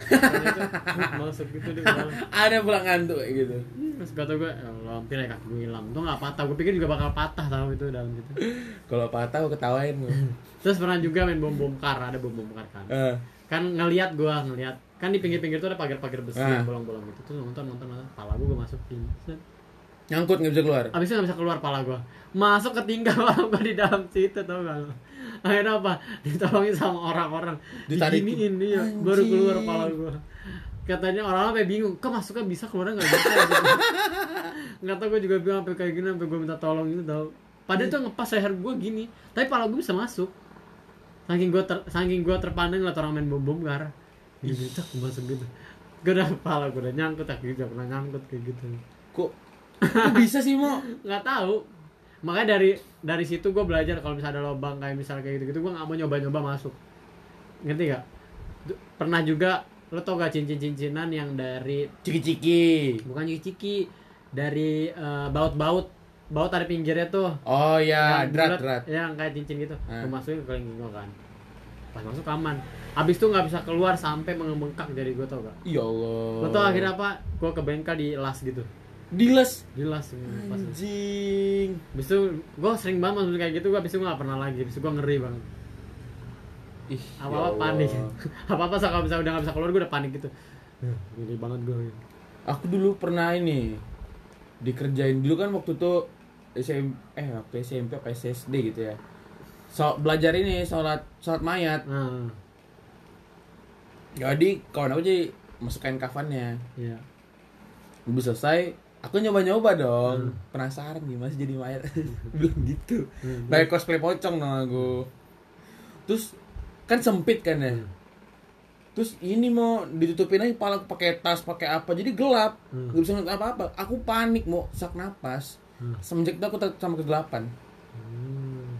Masuk gitu di dalam. Ada pulang ngantuk kayak gitu. Terus kata gue, ya Allah, hampir ya kaki gue hilang. Itu nggak patah. Gue pikir juga bakal patah tahu itu dalam gitu. Kalau patah gue ketawain gue. Terus pernah juga main bom bom kar, ada bom bom kar kan. Uh. Kan ngelihat gue ngelihat kan di pinggir-pinggir tuh ada pagar-pagar besi uh. bolong-bolong gitu. Terus nonton nonton nonton. Pala gue gue masukin. Nyangkut nggak bisa keluar. Abis itu nggak bisa keluar pala gue. Masuk ketinggal pala gue di dalam situ tau gak lo. Akhirnya apa? Ditolongin sama orang-orang. Diginiin dia baru keluar pala gue. Katanya orang-orang sampai bingung, kok masuknya bisa keluarnya nggak bisa? Nggak tahu gue juga bilang sampai kayak gini sampai gue minta tolong itu tau. Padahal tuh ngepas leher gue gini, tapi pala gue bisa masuk. Saking gue ter, saking gue terpandang liat orang main bom bom kar. Gini tuh masuk gitu. Gue udah pala gue udah nyangkut kayak gitu, pernah nyangkut kayak gitu. Kok? Kok bisa sih Mo? Nggak tahu. Makanya dari dari situ gue belajar kalau misalnya ada lubang kayak misalnya kayak gitu-gitu gue nggak mau nyoba-nyoba masuk. Ngerti gak? Pernah juga lo tau gak cincin-cincinan yang dari ciki-ciki? Bukan ciki-ciki, dari uh, baut-baut, baut ada pinggirnya tuh. Oh iya, drat-drat. Yang kayak cincin gitu. Hmm. Gue masukin ke kelingking gue kan. Pas masuk aman. Abis itu nggak bisa keluar sampai mengembengkak jadi gue tau gak? Ya Allah. Lo tau akhirnya apa? Gue ke bengkel dilas gitu. Dilas? Dilas. Anjing. Abis itu gue sering banget masuk kayak gitu, gue abis itu gue gak pernah lagi. Abis itu gue ngeri banget. Ih, Apa-apa ya panik. Allah. Apa-apa kalau bisa udah nggak bisa keluar gue udah panik gitu. Gini banget gue. Aku dulu pernah ini dikerjain dulu kan waktu itu S M eh waktu S M P apa S S D gitu ya. So, belajar ini sholat sholat mayat. Nah, Jadi kawan aku jadi masuk kain kafannya. iya. Udah selesai, aku nyoba-nyoba dong. Hmm. Penasaran gimana sih jadi mayat. Belum gitu. Hmm. Kayak cosplay pocong dong aku. Terus kan sempit kan ya. Hmm. Terus ini mau ditutupin aja kepala aku pakai tas, pakai apa. Jadi gelap. Hmm. Gak bisa ngeliat apa-apa. Aku panik mau sak napas. Hmm. Semenjak itu aku takut sama kegelapan. Hmm.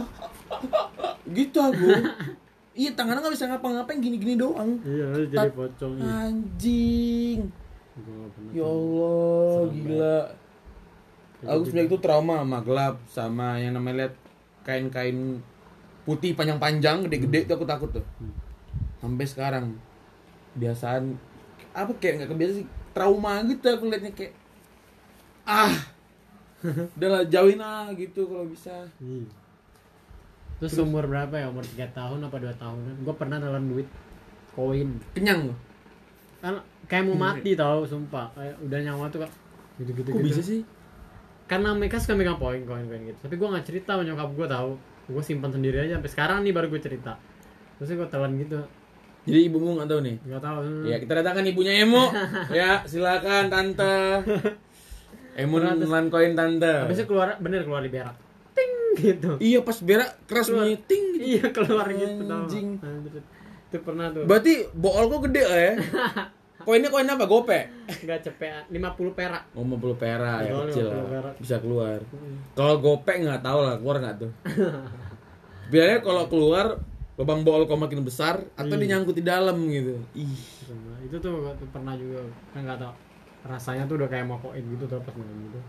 Gitu aku. Iya, tangannya gak bisa ngapa-ngapain, gini-gini doang. Iya, jadi Tat- pocong. Iya. Anjing. Gua nggak pernah Ya tuh. Allah, Serem gila. Kayak Aku gitu. sebenarnya itu trauma sama gelap, sama yang namanya lihat kain-kain putih panjang-panjang, gede-gede itu aku takut tuh. Hmm. Sampai sekarang kebiasaan apa kayak nggak kebiasa sih, trauma gitu aku liatnya kayak ah, udahlah jauhin ah gitu kalau bisa. Iya. Terus, umur berapa ya? Umur tiga tahun apa dua tahunan? Gue pernah nelan duit koin. Kenyang loh. Kan kayak mau mati tau, sumpah. Kayak udah nyawa tuh kak. Gitu-gitu. Kok gitu. bisa sih? Karena mereka suka megang koin, koin-koin gitu. Tapi gue nggak cerita sama nyokap gue tau. Gue simpan sendiri aja sampai sekarang nih baru gue cerita. Terus gue telan gitu. Jadi ibumu nggak tahu nih. Nggak tahu. Ya kita datangkan ibunya Emo. Ya silakan tante. Emo nelan koin tante. Habisnya keluar, bener keluar di berak. Ting gitu. Iya pas berak keras Keluar. bunyi ting gitu. Iya keluar gitu tau. Anjing. Anjir. Itu pernah tuh. Berarti bool kok gede lah ya. Koinnya koin apa? Gope? Nggak cepet lima puluh perak. Oh, lima puluh perak ya Oh, kecil lima puluh lah. perak. Bisa keluar. Kalau gope nggak tahu lah keluar nggak tuh. Biasanya kalau keluar lubang bool kok makin besar atau Iya. dinyangkut di dalam gitu. Ih. Itu tuh, tuh pernah juga kan nggak tau rasanya tuh udah kayak mau koin gitu tuh pas main gitu.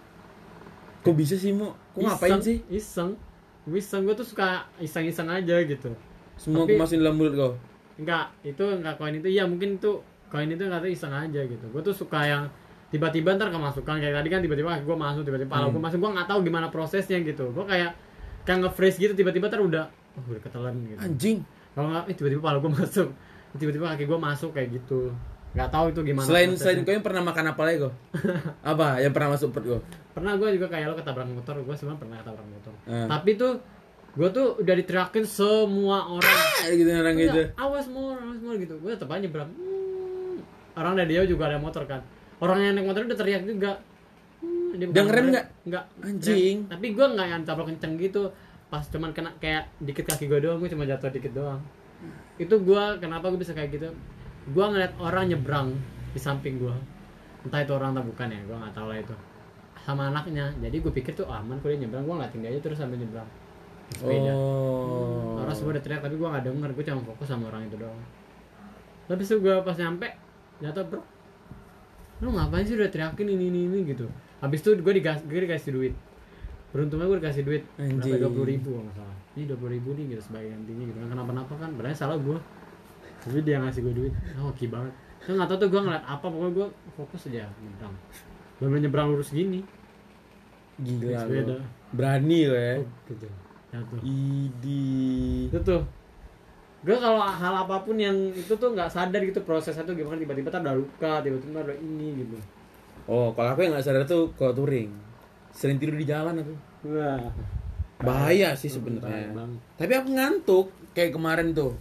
Kok bisa sih, Mo? Kok ngapain Iseng, sih? Iseng. Gue iseng, gue tuh suka iseng-iseng aja gitu. Semua Tapi- kemasin dalam mulut kau. Enggak, itu enggak koin itu. Iya mungkin itu koin itu enggak tahu iseng aja gitu. Gue tuh suka yang tiba-tiba ntar kemasukan kayak tadi kan tiba-tiba gue masuk tiba-tiba pala Hmm. gue masuk gue nggak tahu gimana prosesnya gitu. Gue kayak kayak nge-freeze gitu tiba-tiba ntar udah oh udah ketelan gitu. Anjing. Kalau nggak eh, tiba-tiba pala gue masuk, tiba-tiba kaki gue masuk kayak gitu. Nggak tahu itu gimana. Selain prosesnya. selain koin pernah makan apa lagi kau? Apa yang pernah masuk perut kau? Pernah gue juga kayak lo ketabrak motor, gue sebenarnya pernah ketabrak motor. Eh. Tapi tuh gue tuh udah diteriakin semua orang. Ah, gitu orang gitu. Iya, awas more, awas more gitu. Gue tetap aja nyebrang. Hmm. Orang dari dia juga ada motor kan. Orang yang naik motor udah teriak juga. Hmm, dia Dia bukan ngerem nggak? Nggak. Anjing. Rem. Tapi gue nggak yang tabrak kenceng gitu. Pas cuman kena kayak dikit kaki gue doang, gue cuma jatuh dikit doang. Itu gue kenapa gue bisa kayak gitu? Gue ngeliat orang nyebrang di samping gue. Entah itu orang atau bukan ya, gue nggak tahu lah itu. Sama anaknya. Jadi gue pikir tuh aman kalau dia nyebrang, gue ngeliatin dia aja terus sambil nyebrang. Sepeda. Oh. Orang semua udah teriak tapi gue gak denger, gue cuma fokus sama orang itu doang. Tapi itu gue pas nyampe jatuh bro, lu ngapain sih udah teriakin ini ini ini gitu. Habis itu gue digas, gue dikasih duit. Beruntungnya gue dikasih duit Anjing. berapa dua puluh ribu kalau nggak salah. Ini dua puluh ribu nih gitu sebagai gantinya gitu. Kenapa-napa kan, berarti salah gue. Tapi dia ngasih gue duit, oh oke banget. Saya nggak tahu tuh gue ngeliat apa, pokoknya gue fokus aja nyebrang. Belum nyebrang lurus gini. Gila Sepeda. lo. Berani lo ya. Oh, gitu. Jatuh. Idi. Itu tuh gue kalau hal apapun yang itu tuh nggak sadar gitu prosesnya tuh gimana, tiba-tiba tak ada luka, tiba-tiba ada ini gitu. Oh, kalau aku yang nggak sadar tuh kalau touring, sering tidur di jalan aku. Wah, Bahaya sih bahaya sebenarnya. banget. Tapi aku ngantuk kayak kemarin tuh.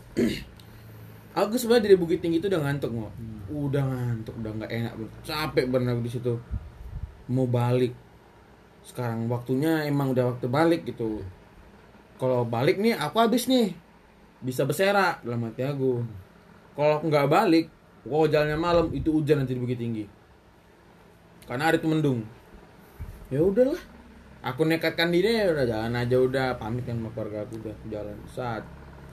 Aku sebenarnya dari Bukit Tinggi itu udah ngantuk mau. Udah ngantuk, udah nggak enak, capek bener aku di situ. Mau balik. Sekarang waktunya emang udah waktu balik gitu. Kalau balik nih aku habis nih. Bisa berserak dalam hati aku. Kalau aku nggak balik, kalau jalannya malam itu hujan nanti di Bukit Tinggi. Karena hari itu mendung. Ya udahlah. Aku nekatkan diri ya udah jalan aja udah, pamit kan sama keluarga aku udah jalan saat.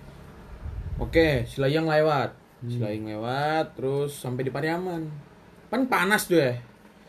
Oke, Silayang lewat. Silayang lewat terus sampai di Pariaman. Kan panas tuh ya.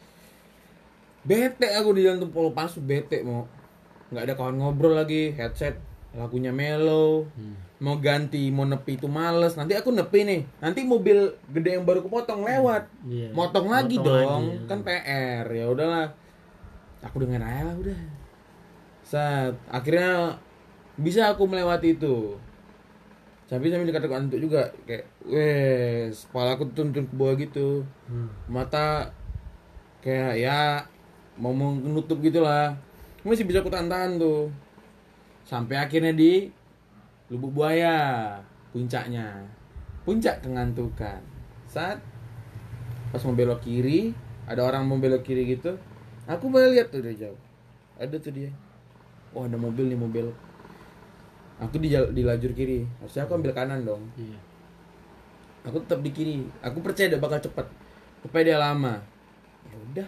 Bete aku di jalan tuh polo panas tuh bete mau. Enggak ada kawan ngobrol lagi, headset lagunya mellow. Mau ganti, mau nepi itu males. Nanti aku nepi nih. Nanti mobil gede yang baru kepotong lewat. Iya. Motong lagi Motong dong. lagi, ya. Kan P R. Ya udahlah. Aku dengerin aja lah udah. Saat akhirnya bisa aku melewati itu. Tapi sambil dekat ngantuk juga kayak wes, kepala aku tuntun ke bawah gitu. Hmm. Mata kayak ya mau menutup gitulah. Masih bisa aku tahan tuh. Sampai akhirnya di Lubuk Buaya, puncaknya. Puncak kengantukan. Saat pas mau belok kiri, ada orang mau belok kiri gitu. Aku boleh lihat tuh dari jauh. Ada tuh dia. Oh, ada mobil nih mau belok. Aku di, di lajur kiri. Harusnya aku ambil kanan dong. Iya. Aku tetap di kiri. Aku percaya dia bakal cepet. Supaya dia lama. Ya udah.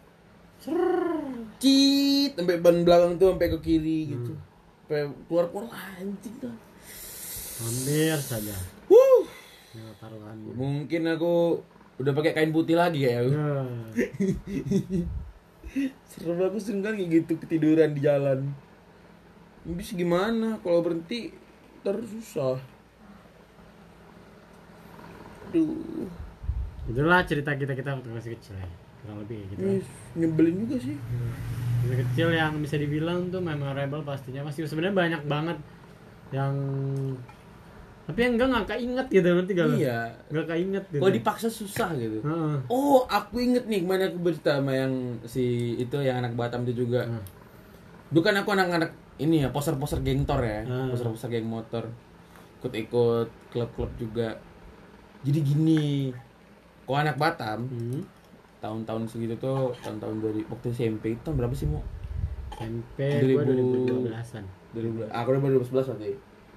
Cit, sampai ban belakang tuh sampai ke kiri gitu. Hmm. Sampai keluar-keluar anjing tuh. Hampir saja. Wuh. Ya, taruhannya. Mungkin aku udah pakai kain putih lagi ya. Ya. Serem aku sering kan kayak gitu ketiduran di jalan. Bisa gimana kalau berhenti terus susah. Aduh. Itulah cerita kita kita waktu masih kecil ya. Kurang lebih kayak gitu. Yes, nyebelin juga sih. Masih kecil yang bisa dibilang tuh memorable pastinya. Masih sebenarnya banyak banget yang tapi yang enggak enggak keinget gitu nanti kalau. Iya. Enggak keinget gitu. Kalau dipaksa susah gitu. Heeh. Oh, aku inget nih kemana aku berita sama yang si itu yang anak Batam itu juga. Hmm. Bukan aku anak-anak ini ya, poser-poser geng tor ya, Hmm. poser-poser geng motor. Ikut-ikut klub-klub juga. Jadi gini, kalau anak Batam, Hmm. tahun-tahun segitu tuh, tahun-tahun dari waktu S M P itu tahun berapa sih, Mo? S M P gua dua ribu dua belasan. dua ribu aku udah dua ribu sebelas berarti.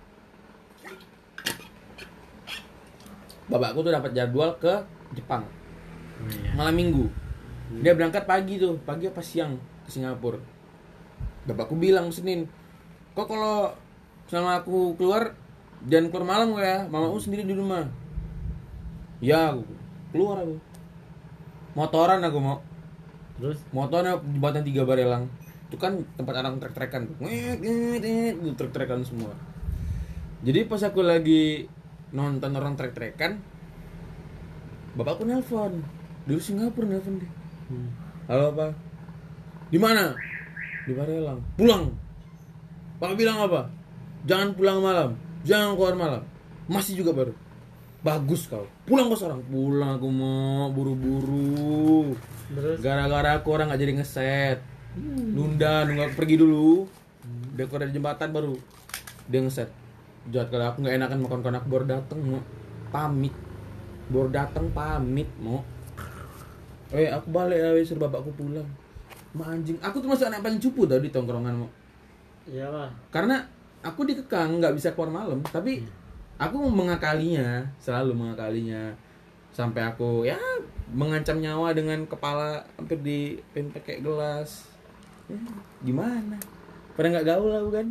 Bapakku tuh dapat jadwal ke Jepang. Oh, iya. Malam minggu. Dia berangkat pagi tuh, pagi apa siang ke Singapura. Bapakku bilang Senin, kok kalau sama aku keluar jangan keluar malam ya, mamaku sendiri di rumah. Ya, aku keluar aku. Motoran aku mau. Terus Motornya jembatan tiga Barelang. Itu kan tempat anak trek-trekan tuh. Ngit ngit ngit, itu trek-trekan semua. Jadi pas aku lagi nonton orang trek-trekan, bapakku nelpon. Dari Singapura nelpon dia. hmm. Halo apa? Di mana? Di Barelang. Pulang. Bapak bilang apa? Jangan pulang malam. Jangan keluar malam. Masih juga baru. Bagus kau. Pulang kau sekarang. Pulang aku mau buru-buru. Terus Gara-gara aku orang nggak jadi ngeset. Nunda, nunggu aku pergi dulu. Dia keluar dari jembatan baru dia ngeset. Jahat kalau aku nggak enakan makan kawan aku baru dateng mau pamit. Baru dateng pamit mau. Eh aku balik ya wes suruh bapakku pulang. Ma anjing, aku tuh masuk anak paling cupu tau di tongkrongan mau. iyalah. Karena aku dikekang nggak bisa keluar malam, tapi aku mengakalinya, selalu mengakalinya sampai aku ya mengancam nyawa dengan kepala hampir di pengen pakai gelas. Ya, gimana? Pada nggak gaul lah bukan?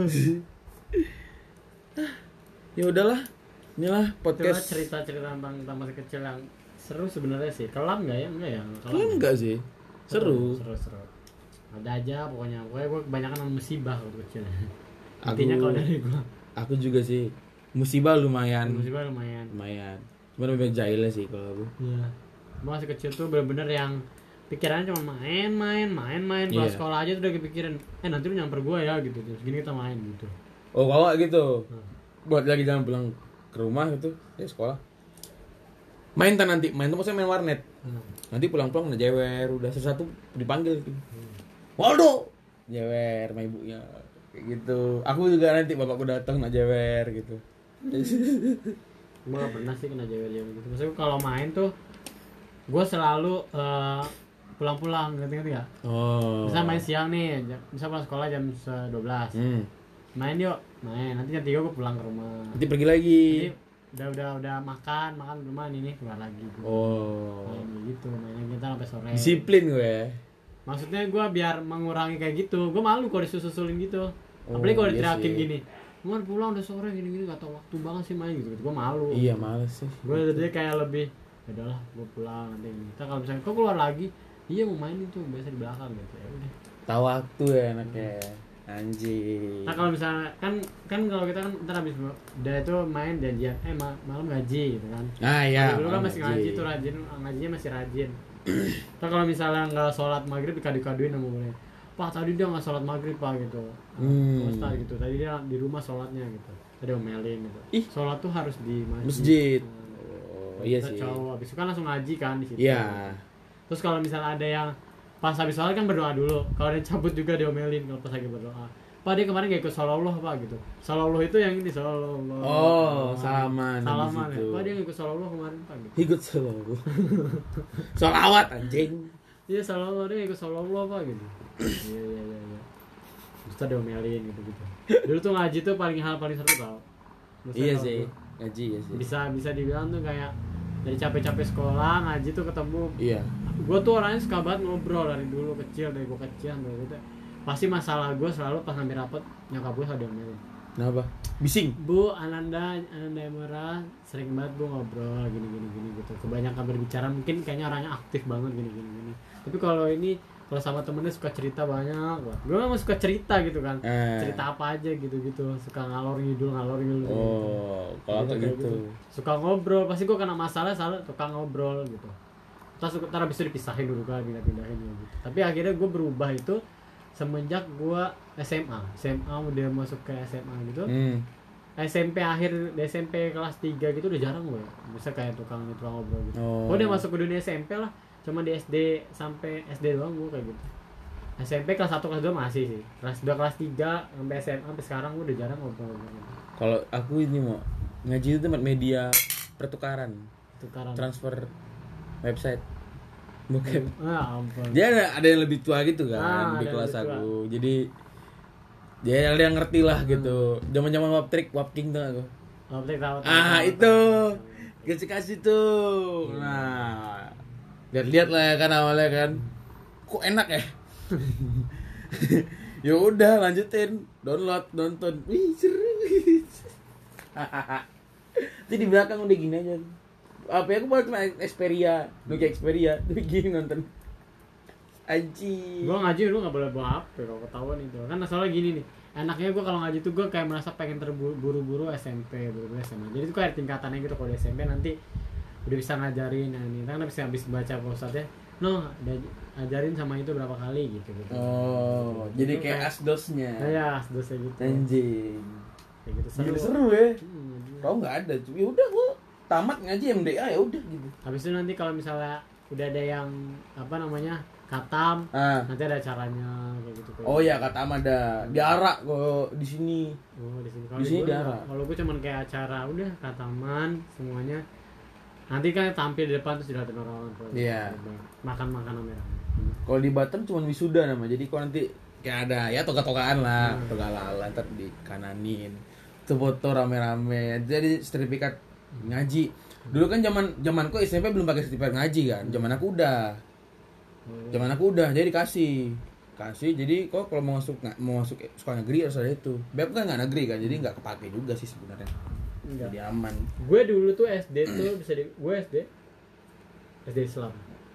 Ya udahlah, inilah Itulah podcast. cerita-cerita tentang tentang masa kecil yang seru sebenarnya sih. Kelam nggak ya? Enggak ya? Kalian enggak sih? Seru. Seru seru. Ada aja pokoknya. Pokoknya gue kebanyakan sama musibah waktu kecil. Aku- Intinya kalau dari gue Aku juga sih. Musibah lumayan. musibah lumayan. Lumayan. Cuma lebih jahil sih kalau aku. Iya. Masa kecil tuh bener-bener yang pikirannya cuma main main main main. Kalau Iya. sekolah aja tuh udah kepikiran. Eh nanti lu nyamper gue ya gitu. Terus gini kita main gitu. Oh, kalau gitu. Hmm. Buat lagi jangan pulang ke rumah gitu, ya sekolah. Main tan nanti, main tuh maksudnya main warnet. Hmm. Nanti pulang-pulang udah jewer, udah satu-satu dipanggil gitu. Waldo, jewer sama ibunya kayak gitu. Aku juga nanti bapakku datang nak jewer gitu. Gue gak pernah sih kena jewer-jewer gitu. Maksudnya kalau main tuh gue selalu eh, pulang-pulang, ngerti-ngerti gak? Oh. Misal main siang nih, jam- misal pulang sekolah jam dua belas. Hmm. Main yuk, main. Nanti jam tiga gue pulang ke rumah. Nanti pergi lagi. Nanti udah udah udah makan, makan di rumah nih nih keluar lagi. Gua. Oh. Main gitu, mainnya kita sampai sore. Disiplin gue. Maksudnya gue biar mengurangi kayak gitu. Gue malu kalau disusul-susulin gitu. Apalagi kalau iya diteriakin sih. gini. Cuman pulang udah sore gini-gini gak tau waktu banget sih main gitu. Gue malu. Iya, males sih. Gue jadi kayak lebih ya udahlah gue pulang nanti. Kita kalau misalnya kok keluar lagi, iya mau main itu biasa di belakang gitu ya udah. Tahu waktu ya anaknya. Anjing. Nah kalau misalnya kan kan kalau kita kan ntar habis udah itu main janjian eh ma- malam ngaji gitu kan. Ah iya. Dulu kan malam masih ngaji tuh rajin, ngajinya masih rajin. Nah kalau misalnya nggak sholat maghrib dikadu-kaduin sama gue. Pak tadi dia nggak sholat maghrib pak gitu. Hmm. Ustaz gitu. Tadi dia di rumah sholatnya gitu. Tadi omelin gitu. Ih. Sholat tuh harus di masjid. Masjid. Nah, Oh iya kita sih. cowok habis itu kan langsung ngaji kan di situ. Iya. Terus kalau misalnya ada yang pas habis sholat kan berdoa dulu. Kalau ada yang cabut juga diomelin kalau pas lagi berdoa. Pak dia kemarin gak ikut sholawullah apa gitu. Sholawullah itu yang ini sholawullah. Oh, salaman di Salaman ya. situ. Pak dia gak ikut sholawullah kemarin pak gitu. Ikut selalu. Sholawat anjing. Iya sholawullah dia gak ikut sholawullah pak gitu. Iya iya iya. iya. Terus ada diomelin gitu gitu. Dulu tuh ngaji tuh paling hal paling seru tau. Maksudnya Iya kalau sih. gua Ngaji ya sih. Bisa bisa dibilang tuh kayak dari capek-capek sekolah ngaji tuh ketemu. Iya. Gue tuh orangnya suka banget ngobrol dari dulu kecil dari gue kecil sampai gitu. Pasti masalah gue selalu pas ngambil rapot nyokap gue selalu diomelin. Kenapa? Bising. Bu, Ananda, Ananda Emera sering banget bu ngobrol gini gini gini gitu. Kebanyakan berbicara mungkin kayaknya orangnya aktif banget gini gini gini. Tapi kalau ini kalau sama temennya suka cerita banyak, gue memang suka cerita gitu kan. Eh. Cerita apa aja gitu-gitu, suka ngalor ngidul ngalor ngidul. Oh, kalau kayak gitu. Suka ngobrol, pasti gue kena masalah salah suka ngobrol gitu. Terus ntar abis itu dipisahin dulu kan, pindah-pindahin gitu. Tapi akhirnya gue berubah itu semenjak gue S M A. S M A udah masuk ke S M A gitu. Hmm. S M P akhir S M P kelas tiga gitu udah jarang gue. Bisa kayak tukang tukang ngobrol gitu. Oh. Gue udah masuk ke dunia S M P lah. Cuma di S D sampai S D doang gue kayak gitu. S M P kelas satu kelas dua masih sih. Kelas dua kelas tiga sampai S M A sampai sekarang gue udah jarang ngobrol-ngobrol. Kalau aku ini mau ngaji itu tempat media pertukaran, Tukaran. transfer website. Bukan. Ah ampun. Dia ada, ada yang lebih tua gitu kan Ah, di ada kelas yang lebih aku. Jadi dia ada yang ngerti lah gitu. Zaman-zaman wap trick, wap king tuh aku. Objek tahu. Ah, itu. Kasih-kasih tuh. Nah. Lihat-lihat lah ya kan awalnya kan. Kok enak ya? Ya udah lanjutin, download, nonton. Wih, seru. Itu di belakang udah gini aja. Apa ya, aku buat cuma Xperia, Nokia Xperia, tuh gini nonton. Aji. Gue ngaji dulu nggak boleh bawa H P kalau ketahuan itu. Kan masalah gini nih. Enaknya gue kalau ngaji tuh gue kayak merasa pengen terburu-buru S M P, buru-buru S M A. Jadi itu kayak tingkatannya gitu. Kalau di S M P nanti udah bisa ngajarin, nah ini kan bisa habis baca ustadznya. No, udah ajarin sama itu berapa kali gitu gitu. Oh, jadi Itu kayak asdosnya. Nah, ya, dosnya gitu. Anjing. Kayak gitu seru. Gila, seru ya. Hmm, Kau nggak ada, cuy. Ya udah gua tamat ngaji M D A ya udah gitu. habis itu nanti kalau misalnya udah ada yang apa namanya katam, Ah. nanti ada caranya kayak gitu. Kayak Oh ya kata Am ada diarak kok di sini. Oh di sini. Kalau Di sini gue- diarah. Kalau gue cuman kayak acara udah kataman semuanya. Nanti kan tampil di depan terus dilihatin orang-orang. tuh. Iya. Makan-makan rame-rame. Kalau di Batam cuma wisuda nama. Jadi kau nanti kayak ada ya toga-togaan lah, Hmm. toga lala ntar dikananin. Tuh foto rame-rame. Jadi sertifikat ngaji. Dulu kan zaman zamanku S M P belum pakai sertifikat ngaji kan. Zaman aku udah. Oh. Zaman aku udah jadi dikasih. Kasih jadi kok kalau mau masuk mau masuk sekolah negeri harus ada itu. Beb kan nggak negeri kan. Jadi nggak kepake juga sih sebenarnya. Enggak. Jadi aman. Gue dulu tuh S D tuh bisa di gue S D S D Islam.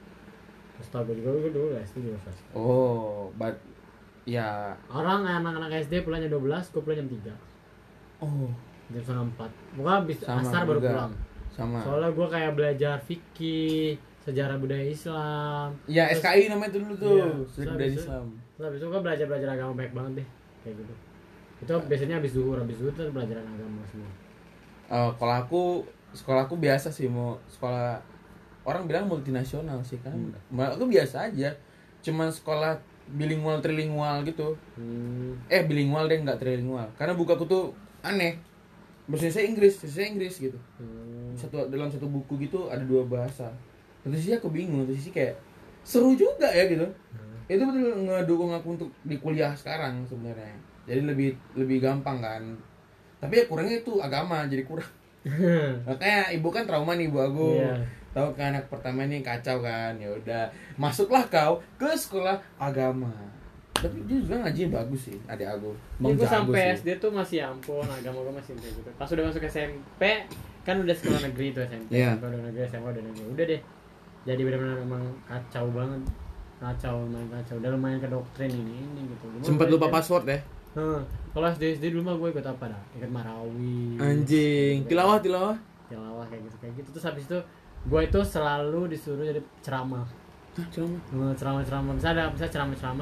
Astaga juga gue dulu S D juga S D. Oh, but ya. Orang anak-anak S D pulangnya dua belas, gue pulang jam tiga. Oh, Jam setengah empat. Bukan habis sama asar baru juga. pulang. Sama. Soalnya gue kayak belajar fikih, sejarah budaya Islam. Ya S K I namanya itu dulu tuh. Iya. Sudut Terus dari habis itu- Islam. Terus habis itu gue belajar-belajar agama baik banget deh. Kayak gitu. Itu biasanya habis zuhur, habis zuhur tuh pelajaran agama semua. Eh, kalau aku sekolahku biasa sih mau sekolah orang bilang multinasional sih kan. Hmm. Malah aku biasa aja. Cuman sekolah bilingual trilingual gitu. Hmm. Eh bilingual deh nggak trilingual. Karena buku aku tuh aneh. Bahasa Inggris, bahasa Inggris gitu. Hmm. Satu dalam satu buku gitu ada dua bahasa. Satu sisi aku bingung, satu sisi kayak seru juga ya gitu. Hmm. Itu betul ngedukung aku untuk di kuliah sekarang sebenarnya. Jadi lebih lebih gampang kan. Tapi ya kurangnya itu agama jadi kurang. Makanya ibu kan trauma nih ibu aku. Iya. Tahu kan anak pertama ini kacau kan. Ya udah, masuklah kau ke sekolah agama. Tapi dia juga ngaji bagus sih, adik aku. Ya, gue jago sampai sih. S D tuh masih ampun, agama gue masih kayak gitu. Pas udah masuk S M P, kan udah sekolah negeri tuh S M P, Iya. S M P udah negeri, S M A udah negeri. Udah deh. Jadi benar-benar emang kacau banget. Kacau, main kacau. Udah lumayan ke doktrin ini ini gitu. Cuma Sempat gue lupa S D password ya. Heeh. Kalau S D S D dulu mah gue ikut apa dah? Ikut Marawi. Anjing, tilawah tilawah. Tilawah kayak gitu kayak gitu. Terus habis itu gue itu selalu disuruh jadi ceramah. Hah, ceramah. Nah, ceramah-ceramah bisa ada bisa ceramah-ceramah tuh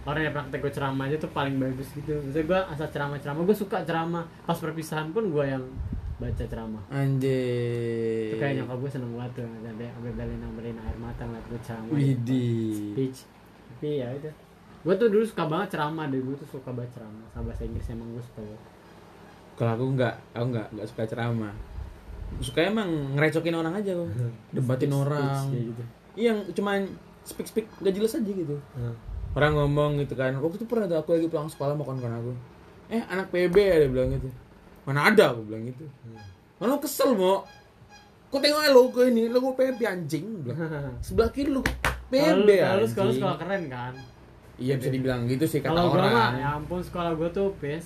orang yang praktek gue ceramah aja tuh paling bagus gitu. Maksudnya gue asal ceramah-ceramah, gue suka ceramah. Pas perpisahan pun gue yang baca ceramah. Anjir. Itu kayak nyokap gue seneng banget tuh, ada sampai beli nambahin air mata ngeliat gue ceramah. Widih. Speech. Tapi ya itu. Gue tuh dulu suka banget ceramah deh, gue tuh suka banget ceramah. Sama bahasa Inggris emang gue suka banget. Kalau aku enggak, aku enggak enggak suka ceramah. Suka emang ngerecokin orang aja kok. Debatin Speech, orang. speech, kayak gitu. Yang cuman speak-speak gak jelas aja gitu. Hmm. Orang ngomong gitu kan. Waktu itu pernah tuh aku lagi pulang sekolah mau kawan-kawan aku. Eh, anak P B ada bilang gitu. Mana ada aku bilang gitu. Mana lu kesel mau? Kok tengok logo ini, logo P B anjing bilang. Sebelah kiri lu P B Kalau lu sekolah anjing. sekolah keren kan. Iya bisa dibilang gitu sih kata Kalau gue orang. mah ya ampun sekolah gue tuh best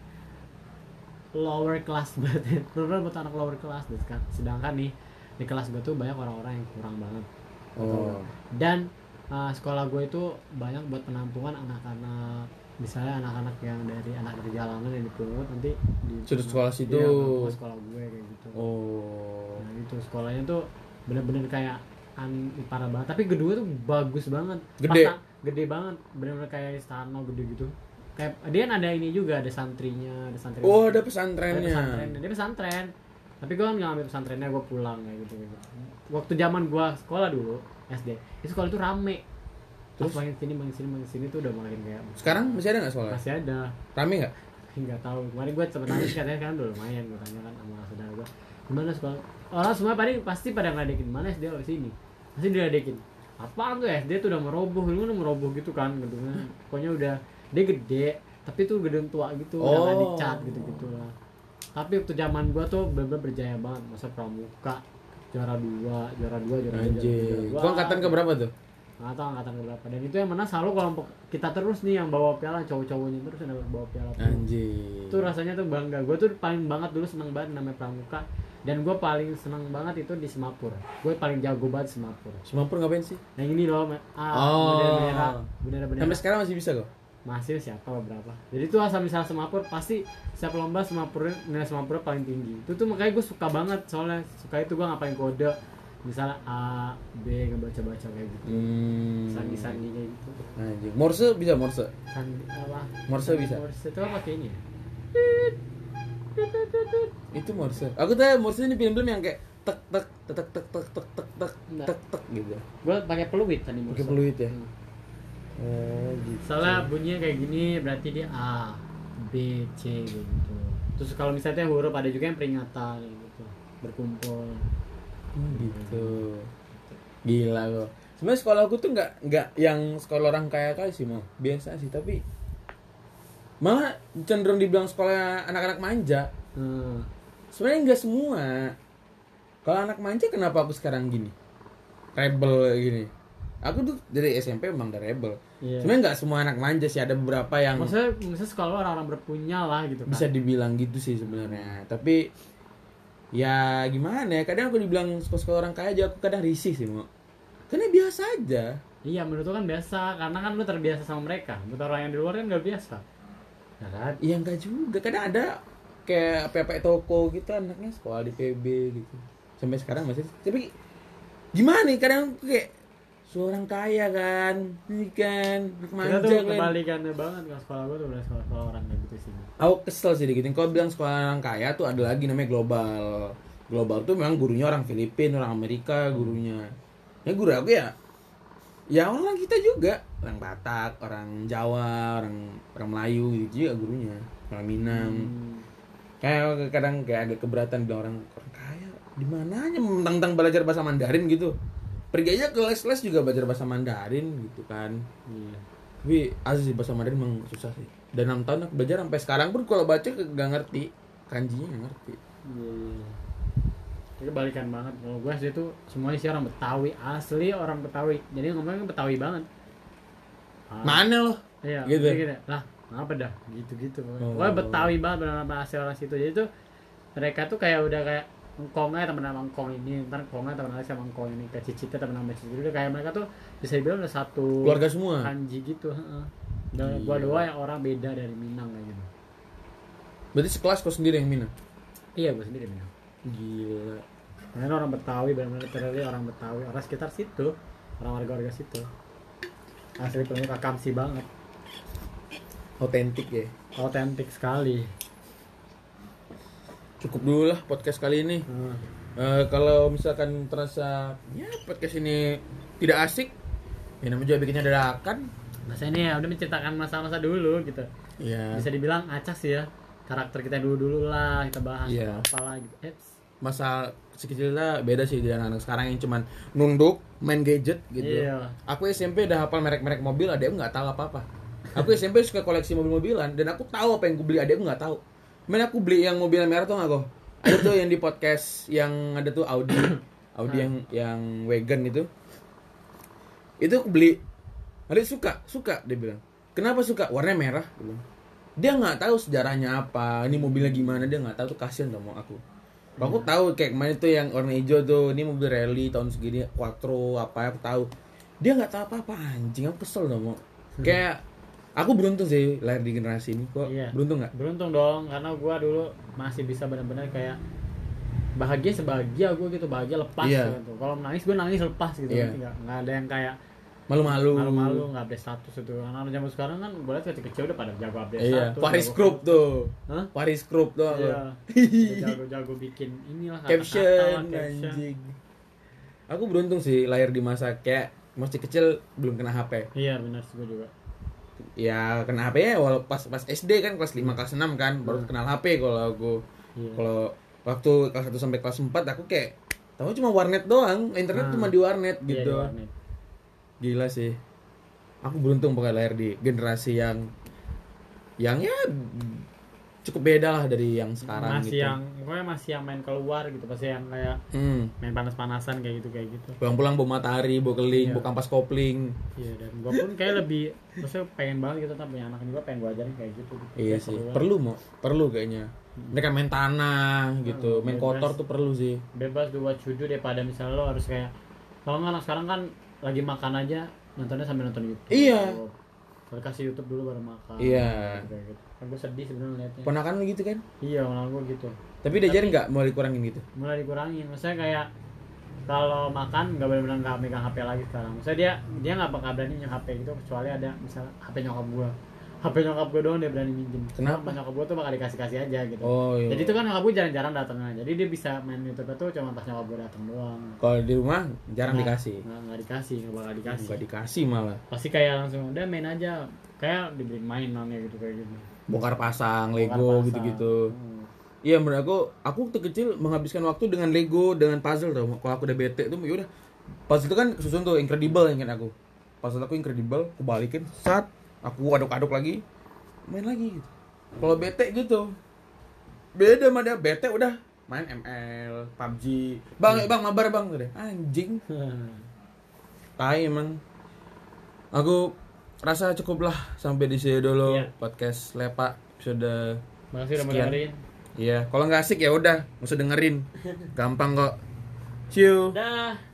lower class banget. Bener buat anak lower class deh kan. Sedangkan nih di kelas gue tuh banyak orang-orang yang kurang banget. Oh. Dan uh, sekolah gue itu banyak buat penampungan anak-anak, misalnya anak-anak yang dari anak dari jalanan yang dipungut nanti di Sudut sekolah situ. Iya, ke sekolah gue kayak gitu. Oh. Nah itu sekolahnya tuh bener-bener kayak an, parah banget. Tapi gedungnya tuh bagus banget. Gede. Pas, gede banget. Bener-bener kayak istana gede gitu. Kayak dia kan ada ini juga, ada santrinya, ada santri. Oh, ada Ada pesantrennya. pesantren. Dia pesantren. Tapi gue kan nggak ambil pesantrennya, gue pulang kayak gitu, gitu. Waktu zaman gue sekolah dulu S D, itu sekolah itu rame. Terus makin sini, makin sini, makin sini tuh udah makin kayak. Sekarang masih ada nggak sekolah? Masih ada. Rame nggak? Nggak tahu. Kemarin gue sempet nanya katanya kan udah lumayan, gue tanya kan sama saudara gue, gimana sekolah? Orang semua paling pasti pada ngeledekin mana S D di sini. Pasti diledekin. Apaan tuh S D tuh udah meroboh, lu udah meroboh gitu kan gedungnya. Pokoknya udah dia gede, tapi tuh gedung tua gitu, udah nggak Oh. dicat gitu-gitu lah. Tapi waktu zaman gua tuh bener-bener berjaya banget, masa pramuka juara dua, juara dua, juara tiga, Anjir. juara Kau angkatan ke berapa tuh? nggak tahu angkatan keberapa. Dan itu yang menang selalu kelompok kita terus nih yang bawa piala, cowok-cowoknya terus yang bawa piala. Anjir. Itu rasanya tuh bangga. Gua tuh paling banget dulu seneng banget namanya pramuka. Dan gue paling seneng banget itu di Semapur. Gue paling jago banget Semapur. Semapur ngapain sih? Yang ini loh, ah, Oh. bendera-bendera, bendera-bendera. Sampai sekarang masih bisa kok? Masih siapa beberapa. Jadi tuh asal misal Semapur pasti setiap lomba Semapur nilai Semapur paling tinggi. Itu tuh makanya gue suka banget soalnya suka itu gue ngapain kode misalnya A, B ngebaca-baca kayak gitu. Hmm. Sandi-sandi kayak gitu. Anjir. Morse bisa Morse? Sandi apa? Morse bisa? Morse itu apa kayaknya? Itu Morse. Aku tahu Morse ini film-film yang kayak tek tek tek tek tek tek tek tek Enggak. tek tek gitu. Gue pakai peluit tadi Morse. Pakai peluit ya? Hmm. Oh, gitu. Soalnya bunyinya kayak gini berarti dia A, B, C gitu. Terus kalau misalnya huruf ada juga yang peringatan gitu, berkumpul. Hmm, gitu. Gila kok. Sebenarnya sekolah aku tuh nggak nggak yang sekolah orang kaya kali sih mau. Biasa sih tapi malah cenderung dibilang sekolah anak-anak manja. Hmm. Sebenarnya nggak semua. Kalau anak manja kenapa aku sekarang gini? Rebel gini. Aku tuh dari S M P emang udah rebel. Iya. Sebenarnya nggak semua anak manja sih, ada beberapa yang Maksudnya, maksudnya sekolah orang-orang berpunya lah gitu kan. bisa dibilang gitu sih sebenarnya. Tapi ya gimana ya? Kadang aku dibilang sekolah orang kaya aja aku kadang risih sih mau. Karena biasa aja. Iya menurut lu kan biasa, karena kan lu terbiasa sama mereka. Menurut orang yang di luar kan nggak biasa. Ya kan? Iya enggak juga. Kadang ada kayak P P toko gitu anaknya sekolah di P B gitu. Sampai sekarang masih. Tapi gimana nih? Kadang aku kayak seorang kaya kan, ini kan, Kita manja tuh kan. kebalikannya banget kalau sekolah gua tuh udah sekolah, sekolah orang kayak gitu sih. Aku kesel sih dikit. Kalau bilang sekolah orang kaya tuh ada lagi namanya global. Global tuh memang gurunya orang Filipina, orang Amerika gurunya. Ya guru aku ya, ya orang kita juga, orang Batak, orang Jawa, orang orang Melayu gitu juga gurunya, orang Minang. Hmm. Kayak kadang kayak agak keberatan bilang orang orang kaya di mananya mentang-mentang belajar bahasa Mandarin gitu. Pergi aja ke les-les juga belajar bahasa Mandarin gitu kan. Iya. Tapi asli bahasa Mandarin emang susah sih. Dan enam tahun aku belajar sampai sekarang pun kalau baca nggak ngerti, kanjinya nggak ngerti. Iya. Itu kebalikan banget. Kalau gue sih tuh semuanya sih orang Betawi, asli orang Betawi. Jadi ngomongnya Betawi banget. Ah. Mana loh? Iya, Gitu. gitu. Lah, apa dah? Gitu-gitu. Oh. Pokoknya Betawi banget benar-benar asli orang situ. Jadi tuh mereka tuh kayak udah kayak engkongnya temen sama engkong ini, ntar engkongnya temen lagi sama engkong ini, kayak cicitnya temen sama cicit. Udah kayak mereka tuh bisa dibilang udah satu Keluarga semua. kanji gitu, heeh. Dan Iya. gua doa yang orang beda dari Minang kayak gitu. Berarti sekelas kau sendiri yang Minang? Iya, gua sendiri Minang. Gila. Karena orang Betawi, benar-benar literally orang Betawi, orang sekitar situ, orang warga-warga situ. Asli penuh kakamsi banget. Otentik ya. Otentik sekali. Cukup dulu lah podcast kali ini. Hmm. Uh, kalau misalkan terasa ya podcast ini tidak asik, ya namanya juga bikinnya dadakan. Masa ini ya udah menceritakan masa-masa dulu gitu. Iya. Bisa dibilang acak sih ya. Karakter kita dulu-dulu lah kita bahas. Iya. Apalah gitu. Eits. Masa kecilnya beda sih dengan anak sekarang yang cuman nunduk main gadget gitu. Iya. Aku S M P udah hafal merek-merek mobil, adekku nggak tahu apa-apa. Aku S M P suka koleksi mobil-mobilan dan aku tahu apa yang aku beli, adekku nggak tahu. Main aku beli yang mobil merah tuh nggak kok? Ada tuh yang di podcast yang ada tuh Audi, Audi yang yang wagon itu. Itu aku beli. Adek suka, suka dia bilang. Kenapa suka? Warnanya merah. Dia bilang. Dia nggak tahu sejarahnya apa, ini mobilnya gimana, dia nggak tahu tuh, kasihan sama aku. Aku tahu kayak kemarin tuh yang warna hijau tuh, ini mobil rally tahun segini, Quattro apa, aku tahu. Dia nggak tahu apa-apa, anjing, aku kesel dong. Kayak aku beruntung sih lahir di generasi ini kok. Iya. Beruntung nggak? Beruntung dong, karena gua dulu masih bisa benar-benar kayak bahagia sebahagia gua gitu, bahagia lepas Iya. gitu. Kalau menangis gua nangis lepas gitu, Iya. nggak nggak ada yang kayak Malu-malu. malu-malu, nggak update status itu. Karena anak zaman sekarang kan boleh kecil-kecil udah pada jago update Iya. status. Paris jago Group foto. tuh. Hah? Paris Group tuh. Iya. Udah jago-jago bikin inilah kata-kata Caption, lah, caption. anjing. Aku beruntung sih lahir di masa kayak masih kecil belum kena H P. Iya benar sih gua juga. Ya kena H P ya walau pas pas S D kan kelas lima kelas enam kan baru kenal H P kalau aku. Iya. Kalau waktu kelas satu sampai kelas empat aku kayak tahu cuma warnet doang, internet Ah. cuma di warnet Iya, gitu. di warnet. Gila sih. Aku beruntung pokoknya lahir di generasi yang yang ya cukup beda lah dari yang sekarang Masih gitu. yang pokoknya masih yang main keluar gitu, pasti yang kayak Hmm. main panas-panasan kayak gitu kayak gitu. Pulang-pulang bawa matahari, bawa keling, Iya. bawa kampas kopling. Iya, dan gua pun kayak lebih maksudnya pengen banget gitu, tapi punya anak juga pengen gua ajarin kayak gitu, gitu. Iya Kayak sih. keluar. Perlu mau, perlu kayaknya. Mereka main tanah gitu, main bebas. kotor tuh perlu sih. Bebas do what you do daripada misalnya lo harus kayak kalau nggak anak sekarang kan lagi makan aja nontonnya sambil nonton YouTube. Iya. Kalau kasih YouTube dulu baru makan. Iya. Kayak gitu. Kan gua sedih sebenarnya liatnya. Ponakan lu gitu kan? Iya, malah gua gitu. Tapi diajarin nggak mau dikurangin gitu? Mulai dikurangin. Maksudnya kayak kalau makan nggak benar-benar nggak megang H P lagi sekarang. Maksudnya dia dia nggak bakal berani nyok H P gitu kecuali ada misalnya H P nyokap gua. H P nyokap gua doang dia berani minjem. Kenapa? Sama nyokap gua tuh bakal dikasih-kasih aja gitu. Oh iya. Jadi itu kan nyokap gua jarang-jarang datangnya. Jadi dia bisa main YouTube tuh cuma pas nyokap gua datang doang. Kalau di rumah jarang Nggak- dikasih. Nggak nggak dikasih, nggak bakal dikasih. Nggak dikasih malah. Pasti kayak langsung udah main aja. Kayak dibeli mainannya gitu kayak gitu. Bongkar pasang, Bongkar Lego pasang. gitu-gitu. Hmm. Iya menurut aku, aku waktu kecil menghabiskan waktu dengan Lego, dengan puzzle tau. Kalau aku udah bete tuh yaudah. Puzzle itu kan susun tuh Incredible ingat aku. Puzzle aku Incredible, aku balikin, sat, aku aduk-aduk lagi, main lagi gitu. Kalau bete gitu. Beda sama dia, bete udah main M L, P U B G. Bang, bang mabar bang udah. Anjing. Tai emang. Aku rasa cukup lah sampai di sini dulu Iya. podcast Lepa episode Makasih udah mau sekian. dengerin. Iya, kalau nggak asik ya udah, nggak usah dengerin. Gampang kok. See you. Dah.